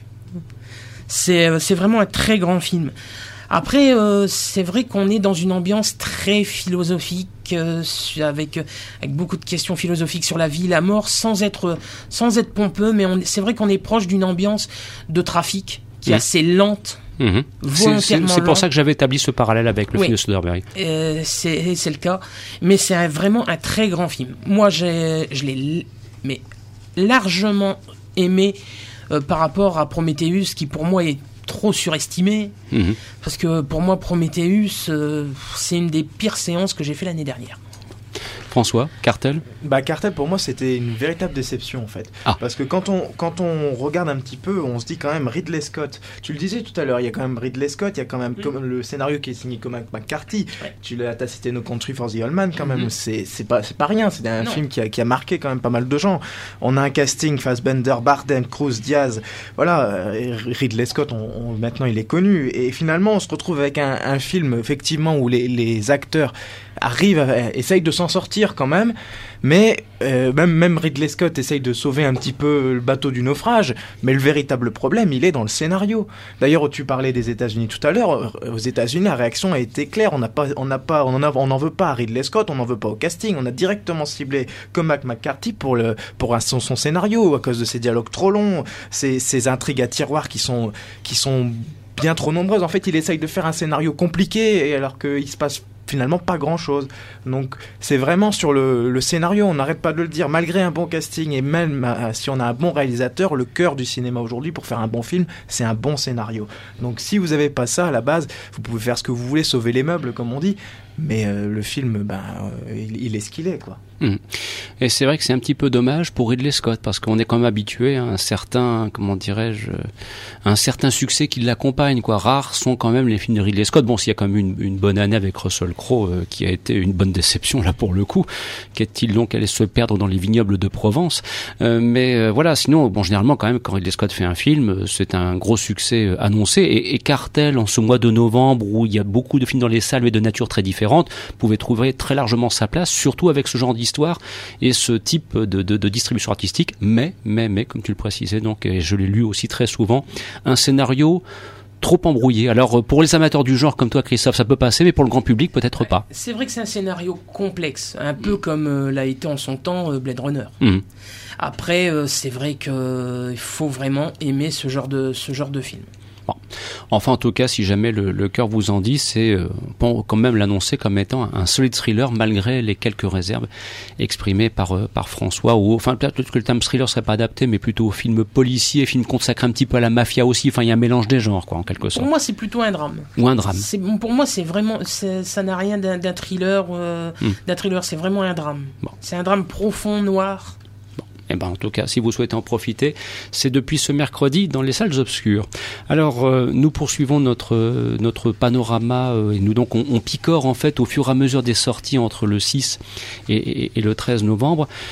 C'est, euh, c'est vraiment un très grand film. Après, euh, c'est vrai qu'on est dans une ambiance très philosophique, euh, avec, avec beaucoup de questions philosophiques sur la vie, la mort, sans être, sans être pompeux, mais on, c'est vrai qu'on est proche d'une ambiance de trafic qui est mmh. assez lente. Mmh. C'est, c'est, c'est pour ça que j'avais établi ce parallèle avec le oui. film de Soderbergh. Euh, c'est, c'est le cas, mais c'est un, vraiment un très grand film. Moi, j'ai, je l'ai mais largement aimé euh, par rapport à Prometheus, qui pour moi est trop surestimé, mmh. parce que pour moi Prometheus, euh, c'est une des pires séances que j'ai fait l'année dernière. François, Cartel ? Bah Cartel pour moi c'était une véritable déception en fait. Ah. Parce que quand on, quand on regarde un petit peu, on se dit quand même Ridley Scott, tu le disais tout à l'heure, il y a quand même Ridley Scott, il y a quand même mm. comme le scénario qui est signé Cormac McCarthy, ouais. tu l'as t'as cité No Country for the Old Man quand même, mm. c'est, c'est, pas, c'est pas rien, c'est un non. film qui a, qui a marqué quand même pas mal de gens. On a un casting, Fassbender, Bardem, Cruz, Diaz, voilà, Ridley Scott on, on, maintenant il est connu, et finalement on se retrouve avec un, un film effectivement où les, les acteurs arrivent, à, essayent de s'en sortir quand même, mais euh, même, même Ridley Scott essaye de sauver un petit peu le bateau du naufrage, mais le véritable problème il est dans le scénario. D'ailleurs tu parlais des États-Unis tout à l'heure, aux États-Unis la réaction a été claire, on n'a pas, on n'a pas, on en a, on n'en veut pas à Ridley Scott, on n'en veut pas au casting, on a directement ciblé Cormac McCarthy pour le, pour un, son, son scénario à cause de ses dialogues trop longs, ses, ses intrigues à tiroir qui sont, qui sont bien trop nombreuses. En fait il essaye de faire un scénario compliqué alors qu'il se passe finalement pas grand chose. Donc c'est vraiment sur le, le scénario, on n'arrête pas de le dire, malgré un bon casting et même euh, si on a un bon réalisateur, le cœur du cinéma aujourd'hui pour faire un bon film, c'est un bon scénario. Donc si vous avez pas ça à la base, vous pouvez faire ce que vous voulez, sauver les meubles comme on dit, mais euh, le film ben, euh, il, il est ce qu'il est quoi. Mmh. Et c'est vrai que c'est un petit peu dommage pour Ridley Scott parce qu'on est quand même habitué à un certain, comment dirais-je, un certain succès qui l'accompagne, quoi. Rares sont quand même les films de Ridley Scott. Bon, s'il y a quand même une, une bonne année avec Russell Crowe euh, qui a été une bonne déception là pour le coup, qu'est-il donc allé se perdre dans les vignobles de Provence, euh, mais euh, voilà. Sinon, bon, généralement quand même quand Ridley Scott fait un film, c'est un gros succès euh, annoncé. Et, et Cartel en ce mois de novembre où il y a beaucoup de films dans les salles mais de nature très différente, pouvait trouver très largement sa place, surtout avec ce genre d'histoire et ce type de, de, de distribution artistique, mais, mais, mais, comme tu le précisais, donc, et je l'ai lu aussi très souvent, un scénario trop embrouillé. Alors, pour les amateurs du genre comme toi, Christophe, ça peut passer, mais pour le grand public, peut-être pas. C'est vrai que c'est un scénario complexe, un peu comme euh, l'a été en son temps euh, Blade Runner. Mmh. Après, euh, c'est vrai qu'il euh, faut vraiment aimer ce genre de, ce genre de film. Bon. Enfin, en tout cas, si jamais le, le cœur vous en dit, c'est euh, bon, quand même l'annoncer comme étant un, un solide thriller malgré les quelques réserves exprimées par euh, par François. Ou enfin peut-être que le terme thriller serait pas adapté, mais plutôt film policier, film consacré un petit peu à la mafia aussi. Enfin, il y a un mélange des genres, quoi, en quelque sorte. Pour moi, c'est plutôt un drame. Ou un drame. C'est, pour moi, c'est vraiment, c'est, ça n'a rien d'un, d'un thriller, euh, mm. d'un thriller. C'est vraiment un drame. Bon. C'est un drame profond, noir. Eh ben, en tout cas, si vous souhaitez en profiter, c'est depuis ce mercredi dans les salles obscures. Alors, euh, nous poursuivons notre euh, notre panorama euh, et nous donc on, on picore en fait au fur et à mesure des sorties entre le six et, et, et le treize novembre.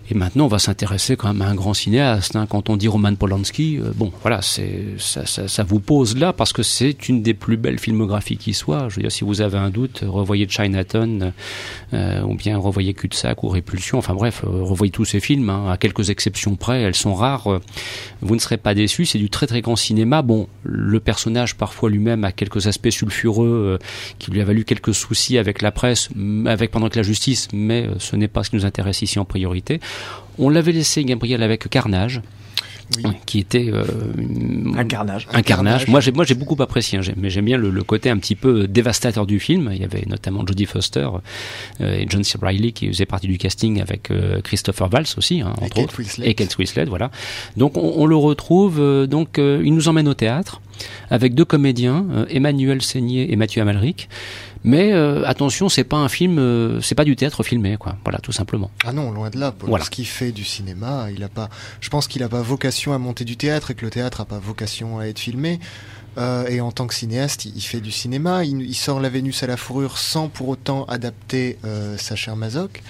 Et maintenant, on va s'intéresser quand même à un grand cinéaste. Hein. Quand on dit Roman Polanski, euh, bon, voilà, c'est, ça, ça, ça vous pose là parce que c'est une des plus belles filmographies qui soit. Je veux dire, si vous avez un doute, revoyez Chinatown, euh, ou bien revoyez Cul-de-sac ou Répulsion. Enfin bref, euh, revoyez tous ces films. Hein. À quelques exceptions près, elles sont rares. Euh, vous ne serez pas déçus. C'est du très très grand cinéma. Bon, le personnage parfois lui-même a quelques aspects sulfureux euh, qui lui a valu quelques soucis avec la presse, avec pendant que la justice, mais euh, ce n'est pas ce qui nous intéresse ici en priorité. On l'avait laissé, Gabriel, avec Carnage. Oui. Qui était euh, un carnage. Un, un carnage. carnage. Moi, j'ai, moi, j'ai beaucoup apprécié, hein, j'ai, mais j'aime bien le, le côté un petit peu dévastateur du film. Il y avait notamment Jodie Foster euh, et John C. Reilly qui faisaient partie du casting avec euh, Christopher Waltz aussi, hein, entre et autres, Kate Winslet. et Kate Winslet, voilà. Donc, on, on le retrouve. Euh, donc, euh, il nous emmène au théâtre avec deux comédiens, euh, Emmanuel Seigné et Mathieu Amalric. Mais euh, attention, c'est pas un film, euh, c'est pas du théâtre filmé, quoi. Voilà, tout simplement. Ah non, loin de là. Pour voilà. Ce qu'il fait du cinéma, il a pas. Je pense qu'il a pas vocation à monter du théâtre et que le théâtre a pas vocation à être filmé. Euh, et en tant que cinéaste, il, il fait du cinéma. Il, il sort La Vénus à la fourrure sans pour autant adapter euh, Sacher Masoch.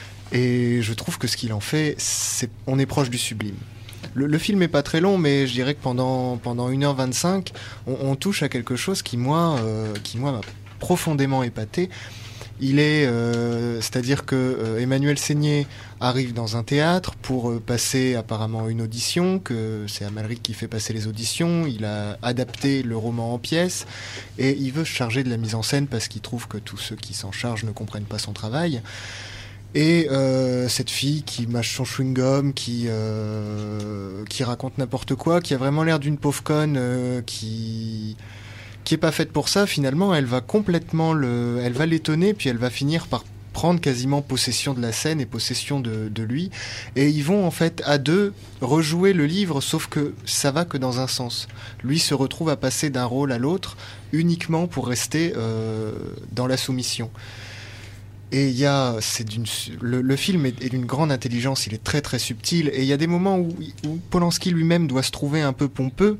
Et je trouve que ce qu'il en fait, c'est, on est proche du sublime. Le, le film est pas très long, mais je dirais que pendant pendant une heure vingt-cinq, on, on touche à quelque chose qui moi, euh, qui moi m'a profondément épaté. Il est, euh, c'est-à-dire que euh, Emmanuel Seigné arrive dans un théâtre pour euh, passer apparemment une audition, que c'est Amalric qui fait passer les auditions. Il a adapté le roman en pièces et il veut se charger de la mise en scène parce qu'il trouve que tous ceux qui s'en chargent ne comprennent pas son travail. Et euh, cette fille qui mâche son chewing-gum, qui euh, qui raconte n'importe quoi, qui a vraiment l'air d'une pauvre conne, euh, qui qui est pas faite pour ça, finalement, elle va complètement le, elle va l'étonner, puis elle va finir par prendre quasiment possession de la scène et possession de, de lui. Et ils vont en fait à deux rejouer le livre, sauf que ça va que dans un sens. Lui se retrouve à passer d'un rôle à l'autre uniquement pour rester euh, dans la soumission. Et il y a, c'est d'une, le, le film est, est d'une grande intelligence, il est très très subtil, et il y a des moments où, où Polanski lui-même doit se trouver un peu pompeux,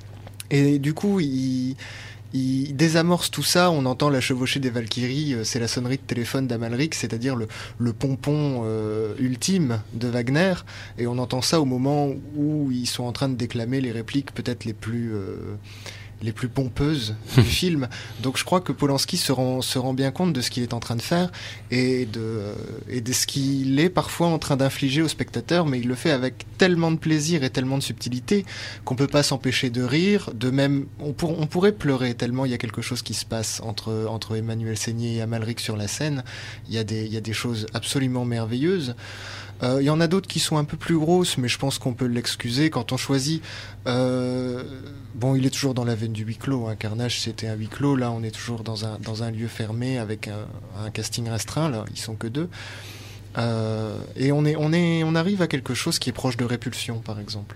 et du coup il il désamorce tout ça. On entend la chevauchée des Valkyries, c'est la sonnerie de téléphone d'Amalric, c'est-à-dire le, le pompon euh, ultime de Wagner, et on entend ça au moment où ils sont en train de déclamer les répliques peut-être les plus euh, les plus pompeuses du film. Donc je crois que Polanski se rend, se rend bien compte de ce qu'il est en train de faire et de, euh, et de ce qu'il est parfois en train d'infliger au spectateur, mais il le fait avec tellement de plaisir et tellement de subtilité qu'on peut pas s'empêcher de rire. De même, on, pour, on pourrait pleurer tellement il y a quelque chose qui se passe entre, entre Emmanuel Seigné et Amalric sur la scène. Il y a des, il y a des choses absolument merveilleuses. Euh, il y en a d'autres qui sont un peu plus grosses, mais je pense qu'on peut l'excuser quand on choisit. Euh, bon, il est toujours dans la veine du huis clos. Hein. Carnage, c'était un huis clos. Là, on est toujours dans un dans un lieu fermé avec un, un casting restreint. Là, ils sont que deux. Euh, et on est on est on arrive à quelque chose qui est proche de Répulsion, par exemple.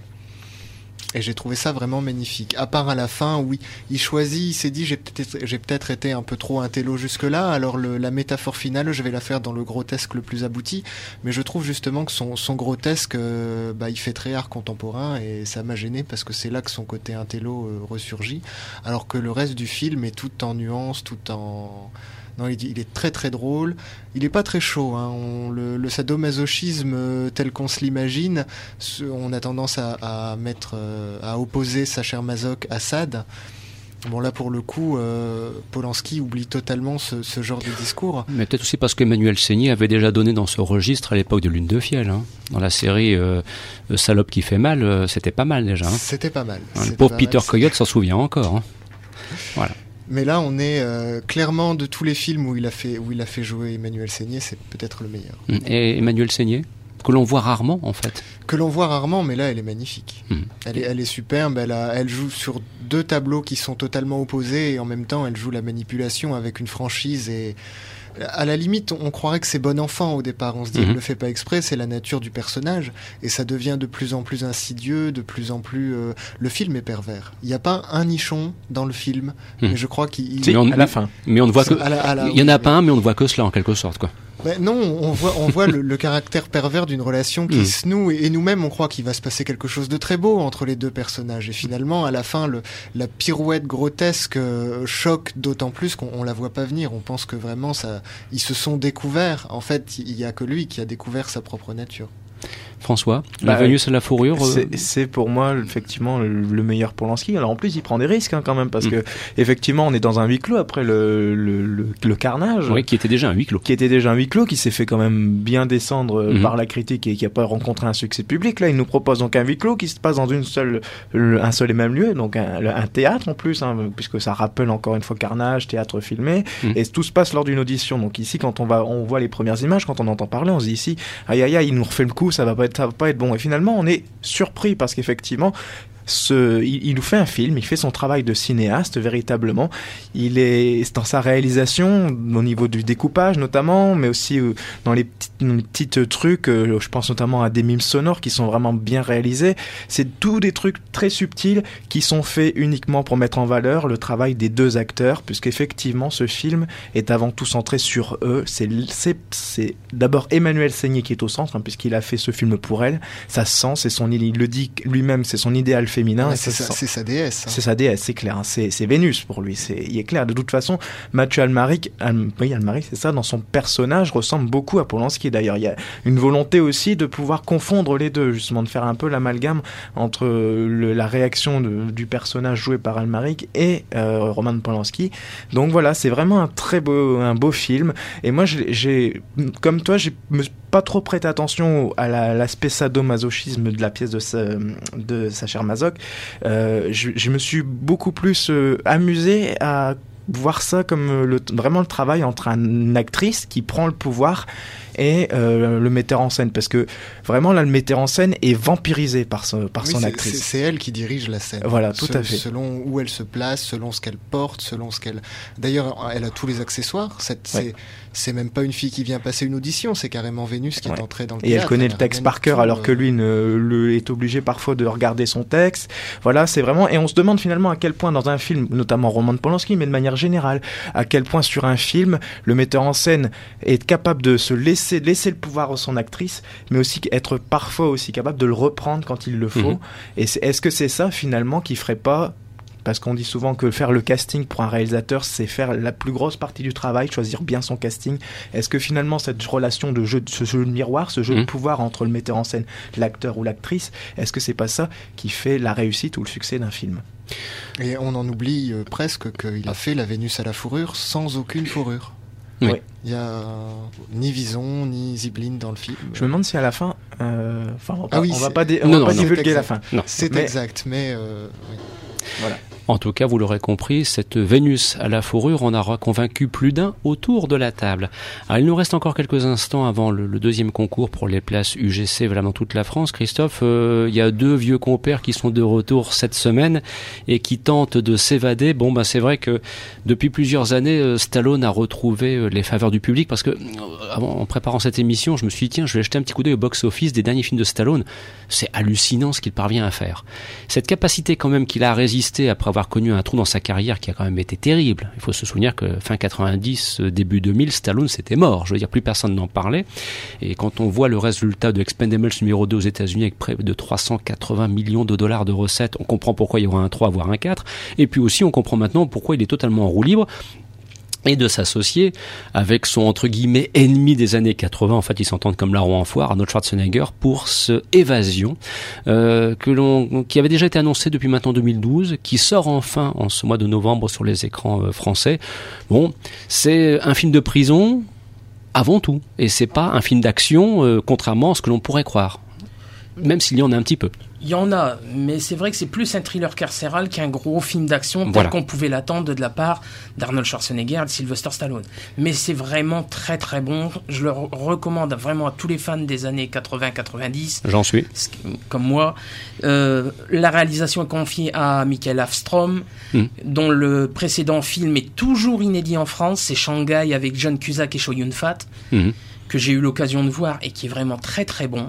Et j'ai trouvé ça vraiment magnifique. À part à la fin, où il, il choisit, il s'est dit, j'ai peut-être, j'ai peut-être été un peu trop intello jusque-là, alors le, la métaphore finale, je vais la faire dans le grotesque le plus abouti. Mais je trouve justement que son, son grotesque, euh, bah, il fait très art contemporain, et ça m'a gêné parce que c'est là que son côté intello euh, ressurgit. Alors que le reste du film est tout en nuances, tout en... Non, il, il est très très drôle. Il est pas très chaud. Hein. On, le, le sadomasochisme tel qu'on se l'imagine, on a tendance à, à mettre, à opposer Sacher Masoch à Sade. Bon là pour le coup, euh, Polanski oublie totalement ce, ce genre de discours. Mais peut-être aussi parce qu'Emmanuel Seigné avait déjà donné dans ce registre à l'époque de Lune de Fiel. Hein. Dans la série euh, Salope qui fait mal, euh, c'était pas mal déjà. Hein. C'était pas mal. Hein, le pauvre Peter mal, Coyote s'en souvient encore. Hein. Voilà. Mais là, on est euh, clairement de tous les films où il a fait où il a fait jouer Emmanuel Seigné, c'est peut-être le meilleur. Et Emmanuel Seigné, que l'on voit rarement en fait. Que l'on voit rarement, mais là, elle est magnifique. Mmh. Elle est, elle est superbe. Elle, a, elle joue sur deux tableaux qui sont totalement opposés et en même temps, elle joue la manipulation avec une franchise et à la limite, on croirait que c'est bon enfant au départ. On se dit, mmh. elle le fait pas exprès, c'est la nature du personnage. Et ça devient de plus en plus insidieux, de plus en plus... Euh, le film est pervers. Il n'y a pas un nichon dans le film, mmh. mais je crois qu'il... Si, on, à la fin. Mais on ne voit que... Il n'y en a pas un, mais on ne voit que cela, en quelque sorte, quoi. Ben non, on voit, on voit le, le caractère pervers d'une relation qui mmh. se noue, et, et nous-mêmes, on croit qu'il va se passer quelque chose de très beau entre les deux personnages. Et finalement, à la fin, le, la pirouette grotesque euh, choque d'autant plus qu'on on la voit pas venir. On pense que vraiment, ça, ils se sont découverts. En fait, il y a que lui qui a découvert sa propre nature. François, bah, la Vénus à la fourrure. C'est, euh... c'est pour moi effectivement le, le meilleur Polanski. Alors en plus, il prend des risques hein, quand même parce mmh. que effectivement, on est dans un huis clos après le le, le, le Carnage. Oui, qui était déjà un huis clos. Qui était déjà un huis clos, qui s'est fait quand même bien descendre mmh. par la critique et qui a pas rencontré un succès public. Là, il nous propose donc un huis clos qui se passe dans une seule, un seul et même lieu, donc un, un théâtre en plus, hein, puisque ça rappelle encore une fois Carnage, théâtre filmé, mmh. et tout se passe lors d'une audition. Donc ici, quand on va, on voit les premières images, quand on entend parler, on se dit ici, aïe aïe aïe, il nous refait le coup, ça va pas être ça va pas être bon. Et finalement, on est surpris parce qu'effectivement, Ce, il, il nous fait un film, il fait son travail de cinéaste véritablement. Il est dans sa réalisation, au niveau du découpage notamment, mais aussi euh, dans les petites, les petites trucs. Euh, je pense notamment à des mimes sonores qui sont vraiment bien réalisés. C'est tous des trucs très subtils qui sont faits uniquement pour mettre en valeur le travail des deux acteurs, puisqu'effectivement ce film est avant tout centré sur eux. C'est, c'est, c'est d'abord Emmanuelle Seigner qui est au centre, hein, puisqu'il a fait ce film pour elle. Ça se sent, c'est son, il le dit lui-même, c'est son idéal féminin. Ouais, c'est, sa, c'est sa déesse. Hein. C'est sa déesse, c'est clair. Hein. C'est, c'est Vénus pour lui. C'est, il est clair. De toute façon, Mathieu Amalric, Al, oui, Amalric, c'est ça, dans son personnage, ressemble beaucoup à Polanski. D'ailleurs, il y a une volonté aussi de pouvoir confondre les deux, justement, de faire un peu l'amalgame entre le, la réaction de, du personnage joué par Amalric et euh, Roman Polanski. Donc voilà, c'est vraiment un très beau, un beau film. Et moi, j'ai, j'ai comme toi, j'ai me pas trop prêté attention à la, l'aspect sadomasochisme de la pièce de, sa, de Sacher Masoch. Euh, je, je me suis beaucoup plus euh, amusé à voir ça comme le, vraiment le travail entre une actrice qui prend le pouvoir et euh, le metteur en scène, parce que vraiment là le metteur en scène est vampirisé par, son, par oui, son c'est, actrice. C'est, c'est elle qui dirige la scène. Voilà, tout Se, à fait. Selon où elle se place, selon ce qu'elle porte, selon ce qu'elle... D'ailleurs, elle a tous les accessoires. Cette, ouais. c'est, c'est même pas une fille qui vient passer une audition, c'est carrément Vénus qui ouais. est entrée dans le et théâtre. Et elle connaît elle le texte par cœur, alors que lui ne, le, est obligé parfois de regarder son texte. Voilà, c'est vraiment... Et on se demande finalement à quel point dans un film, notamment Roman Polanski, mais de manière générale, à quel point sur un film, le metteur en scène est capable de se laisser, laisser le pouvoir à son actrice, mais aussi être parfois aussi capable de le reprendre quand il le faut. Mmh. Et c'est, est-ce que c'est ça finalement qui ferait pas, parce qu'on dit souvent que faire le casting pour un réalisateur, c'est faire la plus grosse partie du travail, choisir bien son casting. Est-ce que finalement cette relation de jeu, ce jeu de miroir, ce jeu mmh. de pouvoir entre le metteur en scène, l'acteur ou l'actrice, est-ce que c'est pas ça qui fait la réussite ou le succès d'un film ? Et on en oublie euh, presque qu'il a fait la Vénus à la fourrure sans aucune fourrure. Oui. Il n'y a euh, ni Vison ni Zibeline dans le film. Je me demande si à la fin, euh, enfin, on va pas, ah oui, on va pas, dé- on non, va non, pas non, divulguer la fin. Non. C'est mais... exact, mais euh, oui. Voilà. En tout cas, vous l'aurez compris, cette Vénus à la fourrure en a convaincu plus d'un autour de la table. Alors, il nous reste encore quelques instants avant le, le deuxième concours pour les places U G C vraiment toute la France. Christophe, euh, il y a deux vieux compères qui sont de retour cette semaine et qui tentent de s'évader. Bon, ben c'est vrai que depuis plusieurs années, euh, Stallone a retrouvé euh, les faveurs du public parce que euh, avant, en préparant cette émission, je me suis dit tiens, je vais jeter un petit coup d'œil au box-office des derniers films de Stallone. C'est hallucinant ce qu'il parvient à faire. Cette capacité quand même qu'il a à résister après avoir connu un trou dans sa carrière qui a quand même été terrible. Il faut se souvenir que fin quatre-vingt-dix, début deux mille, Stallone c'était mort. Je veux dire, plus personne n'en parlait. Et quand on voit le résultat de Expendables numéro deux aux États-Unis avec près de trois cent quatre-vingts millions de dollars de recettes, on comprend pourquoi il y aura un trois, voire un quatre. Et puis aussi, on comprend maintenant pourquoi il est totalement en roue libre. Et de s'associer avec son entre guillemets ennemi des années quatre-vingts, en fait ils s'entendent comme la roue en foire, Arnold Schwarzenegger, pour ce Évasion euh, que l'on, qui avait déjà été annoncé depuis maintenant deux mille douze, qui sort enfin en ce mois de novembre sur les écrans euh, français. Bon, c'est un film de prison avant tout, et c'est pas un film d'action euh, contrairement à ce que l'on pourrait croire, même s'il y en a un petit peu. Il y en a, mais c'est vrai que c'est plus un thriller carcéral qu'un gros film d'action voilà. tel qu'on pouvait l'attendre de la part d'Arnold Schwarzenegger et de Sylvester Stallone. Mais c'est vraiment très très bon. Je le recommande vraiment à tous les fans des années quatre-vingts quatre-vingt-dix. J'en suis. Comme moi. Euh, la réalisation est confiée à Michael Afstrom, mmh. dont le précédent film est toujours inédit en France. C'est Shanghai avec John Cusack et Chow Yun-fat, mmh. que j'ai eu l'occasion de voir et qui est vraiment très très bon.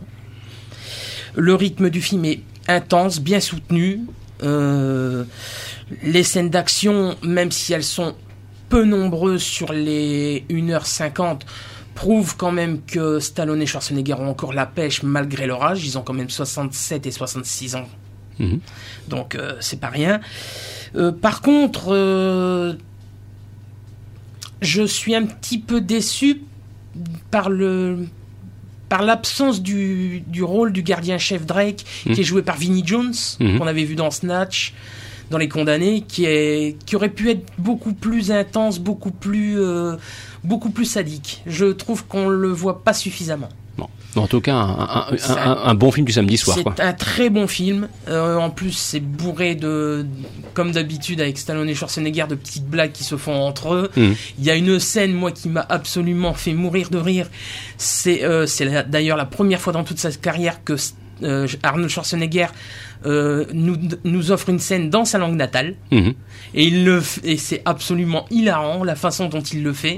Le rythme du film est intense, bien soutenu. Euh, les scènes d'action, même si elles sont peu nombreuses sur les une heure cinquante, prouvent quand même que Stallone et Schwarzenegger ont encore la pêche malgré leur âge. Ils ont quand même soixante-sept et soixante-six ans. Mmh. Donc, euh, c'est pas rien. Euh, par contre, euh, je suis un petit peu déçu par le... par l'absence du, du rôle du gardien-chef Drake, mmh. qui est joué par Vinnie Jones, mmh. qu'on avait vu dans Snatch, dans Les Condamnés, qui, est, qui aurait pu être beaucoup plus intense, beaucoup plus, euh, beaucoup plus sadique. Je trouve qu'on le voit pas suffisamment. Bon. En tout cas, un, un, un, un, un bon film du samedi soir. C'est quoi. un très bon film. Euh, en plus, c'est bourré de, comme d'habitude avec Stallone et Schwarzenegger, de petites blagues qui se font entre eux. Il mmh. y a une scène, moi, qui m'a absolument fait mourir de rire. C'est, euh, c'est la, d'ailleurs la première fois dans toute sa carrière que euh, Arnold Schwarzenegger euh, nous, nous offre une scène dans sa langue natale. Mmh. Et, il le, et c'est absolument hilarant la façon dont il le fait.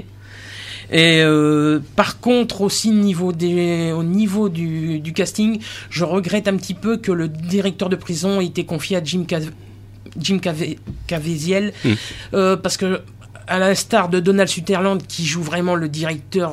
Et euh, par contre aussi niveau des, au niveau du, du casting, je regrette un petit peu que le directeur de prison ait été confié à Jim, Cav- Jim Cav- Caviezel mmh. euh, parce que à l'instar de Donald Sutherland qui joue vraiment le directeur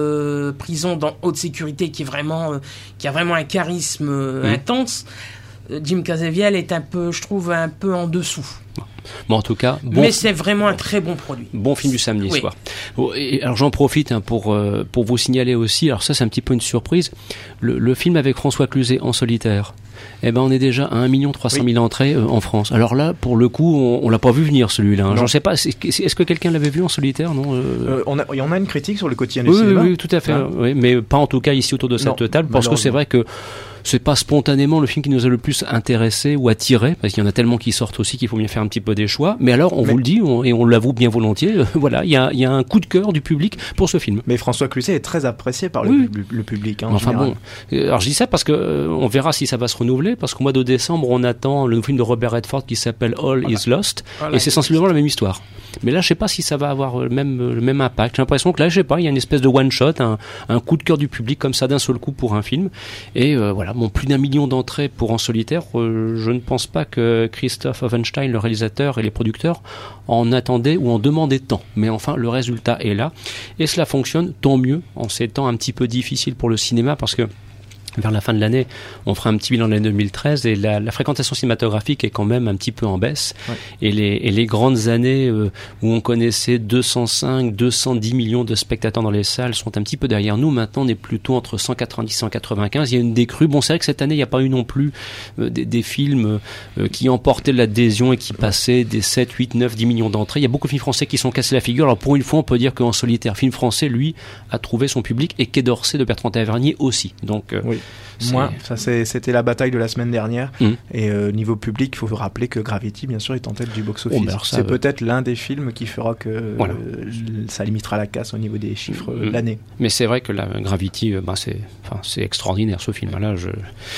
de prison dans Haute Sécurité, qui est vraiment euh, qui a vraiment un charisme euh, mmh. intense, Jim Caviezel est un peu, je trouve, un peu en dessous. Bon, en tout cas, bon mais c'est vraiment un très bon produit. Bon film du samedi oui. soir. Bon, et alors j'en profite hein, pour euh, pour vous signaler aussi. Alors ça, c'est un petit peu une surprise. Le, le film avec François Cluzet en solitaire. Eh ben, on est déjà à un million trois cent mille oui. entrées euh, en France. Alors là, pour le coup, on, on l'a pas vu venir celui-là. Hein. Je ne sais pas. C'est, est-ce que quelqu'un l'avait vu en solitaire, non euh... Euh, on a, il y en a une critique sur le quotidien du oui, cinéma. Oui, oui, tout à fait. Hein. Oui, mais pas en tout cas ici autour de cette non, table, parce que c'est vrai que c'est pas spontanément le film qui nous a le plus intéressé ou attiré, parce qu'il y en a tellement qui sortent aussi qu'il faut bien faire un petit peu des choix. Mais alors, on mais... vous le dit, on, et on l'avoue bien volontiers, euh, voilà, il y a, y a un coup de cœur du public pour ce film. Mais François Cluzet est très apprécié par le, oui. le, le public. Hein, enfin général. Bon, alors je dis ça parce que euh, on verra si ça va se renouveler, parce qu'au mois de décembre, on attend le film de Robert Redford qui s'appelle All voilà. is Lost, voilà. et c'est sensiblement la même histoire. Mais là, je sais pas si ça va avoir le même, le même impact. J'ai l'impression que là, je sais pas, il y a une espèce de one-shot, un, un coup de cœur du public comme ça d'un seul coup pour un film. Et euh, voilà, bon, plus d'un million d'entrées pour En Solitaire. Euh, je ne pense pas que Christoph Offenstein, le réalisateur, et les producteurs en attendaient ou en demandaient tant. Mais enfin, le résultat est là. Et cela fonctionne, tant mieux, en ces temps un petit peu difficiles pour le cinéma, parce que vers la fin de l'année, on fera un petit bilan de l'année deux mille treize et la, la fréquentation cinématographique est quand même un petit peu en baisse. Ouais. Et, les, et les grandes années euh, où on connaissait deux cent cinq, deux cent dix millions de spectateurs dans les salles sont un petit peu derrière nous. Maintenant, on est plutôt entre cent quatre-vingt-dix et cent quatre-vingt-quinze. Il y a une décrue. Bon, c'est vrai que cette année, il n'y a pas eu non plus euh, des, des films euh, qui emportaient l'adhésion et qui passaient des sept, huit, neuf, dix millions d'entrées. Il y a beaucoup de films français qui sont cassés la figure. Alors pour une fois, on peut dire qu'en solitaire, film français, lui, a trouvé son public, et Quai d'Orsay de Bertrand Tavernier aussi. Donc, euh, oui. Moi, ça c'est, c'était la bataille de la semaine dernière. Mmh. Et euh, niveau public, il faut vous rappeler que Gravity, bien sûr, est en tête du box-office. Oh, c'est euh... peut-être l'un des films qui fera que voilà. euh, ça limitera la casse au niveau des chiffres mmh. euh, de l'année. Mais c'est vrai que la Gravity, euh, bah, c'est, enfin, c'est extraordinaire ce film-là. Je...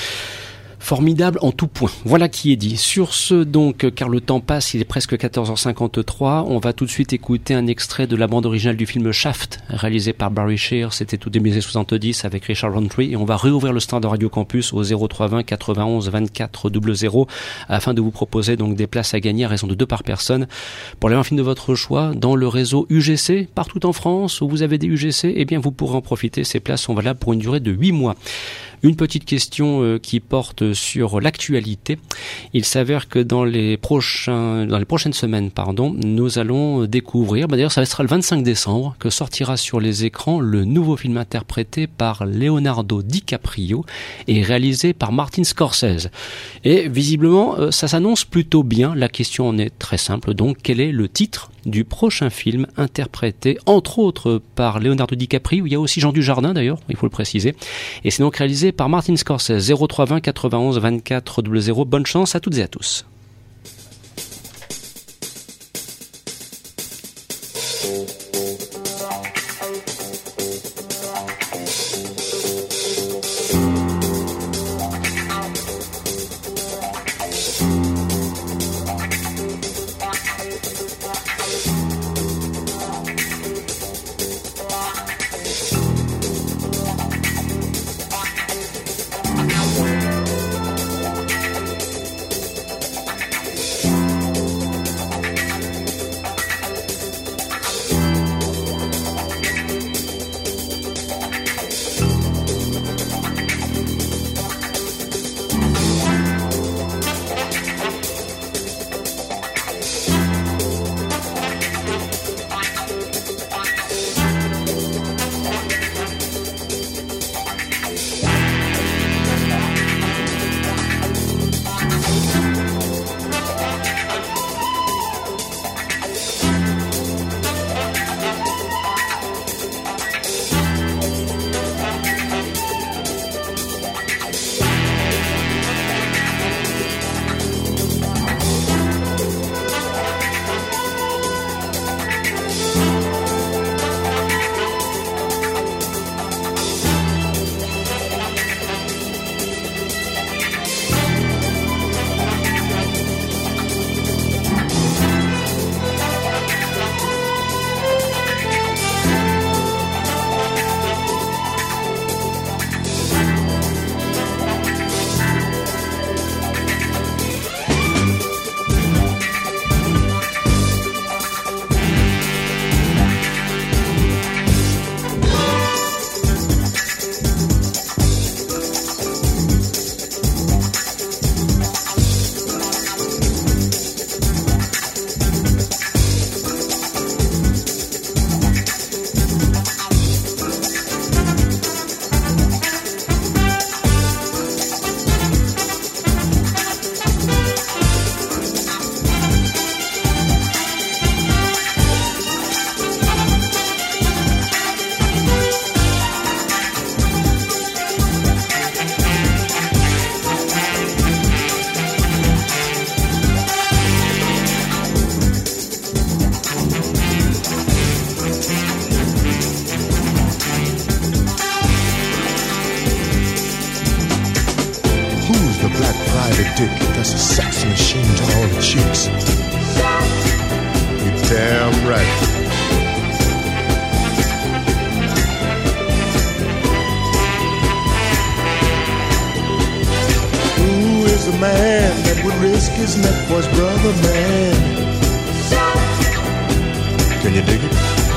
Formidable en tout point. Voilà qui est dit. Sur ce donc, car le temps passe, il est presque quatorze heures cinquante-trois, on va tout de suite écouter un extrait de la bande originale du film Shaft, réalisé par Barry Shear, c'était tout début des années soixante-dix avec Richard Roundtree, et on va réouvrir le stand de Radio Campus au zéro trois vingt quatre-vingt-onze vingt-quatre zéro zéro afin de vous proposer donc des places à gagner à raison de deux par personne pour aller voir un film de votre choix dans le réseau U G C, partout en France où vous avez des U G C, eh bien vous pourrez en profiter. Ces places sont valables pour une durée de huit mois. Une petite question euh, qui porte sur l'actualité. Il s'avère que dans les prochains, dans les prochaines semaines, pardon, nous allons découvrir, bah d'ailleurs ça sera le vingt-cinq décembre, que sortira sur les écrans le nouveau film interprété par Leonardo DiCaprio et réalisé par Martin Scorsese. Et visiblement, euh, ça s'annonce plutôt bien. La question en est très simple, donc quel est le titre du prochain film interprété entre autres par Leonardo DiCaprio? Il y a aussi Jean Dujardin d'ailleurs, il faut le préciser, et c'est donc réalisé par Martin Scorsese. Zéro trois vingt quatre-vingt-onze vingt-quatre zéro zéro. Bonne chance à toutes et à tous. his neck for his brother, man. Can you dig it?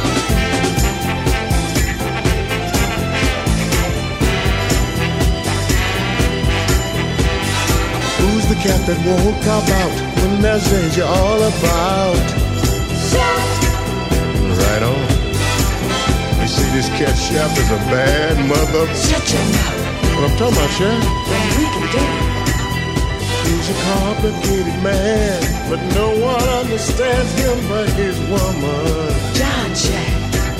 Who's the cat that won't cop out when there's danger all about? Right on. You see, this cat chef is a bad mother. Shut your mouth. What I'm talking about, Chef? Well, we can do it. He's a complicated man, but no one understands him but his woman. John Jack.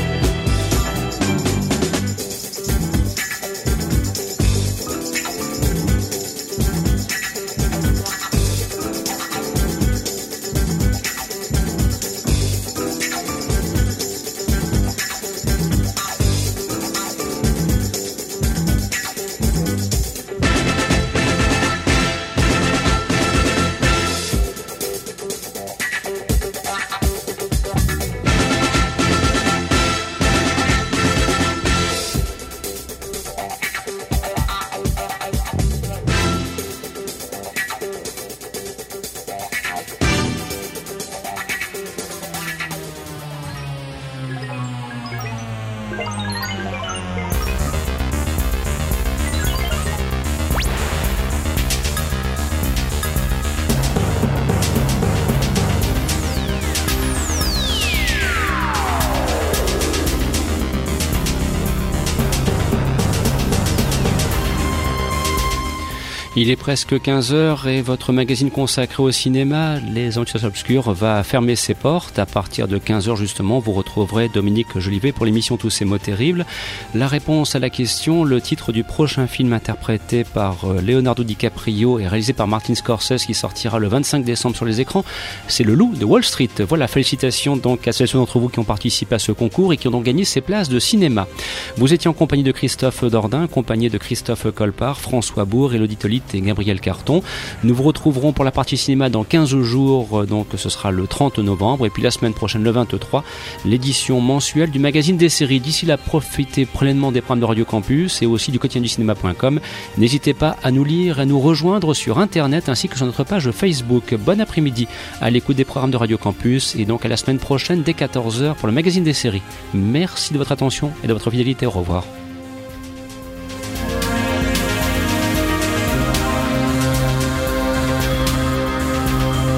Il est presque quinze heures et votre magazine consacré au cinéma, Les Aventures Obscures, va fermer ses portes. À partir de quinze heures justement, vous retrouverez Dominique Jolivet pour l'émission Tous ces mots terribles. La réponse à la question, le titre du prochain film interprété par Leonardo DiCaprio et réalisé par Martin Scorsese qui sortira le vingt-cinq décembre sur les écrans, c'est Le Loup de Wall Street. Voilà, félicitations donc à celles d'entre vous qui ont participé à ce concours et qui ont donc gagné ces places de cinéma. Vous étiez en compagnie de Christophe Dordain, accompagné de Christophe Colpart, François Bourg, Élodie Tolite et Gabriel Carton. Nous vous retrouverons pour la partie cinéma dans quinze jours, donc ce sera le trente novembre, et puis la semaine prochaine, le vingt-trois, l'édition mensuelle du magazine des séries. D'ici là, profitez pleinement des programmes de Radio Campus et aussi du quotidien du cinéma point com. N'hésitez pas à nous lire et à nous rejoindre sur Internet ainsi que sur notre page Facebook. Bon après-midi à l'écoute des programmes de Radio Campus et donc à la semaine prochaine dès quatorze heures pour le magazine des séries. Merci de votre attention et de votre fidélité. Au revoir.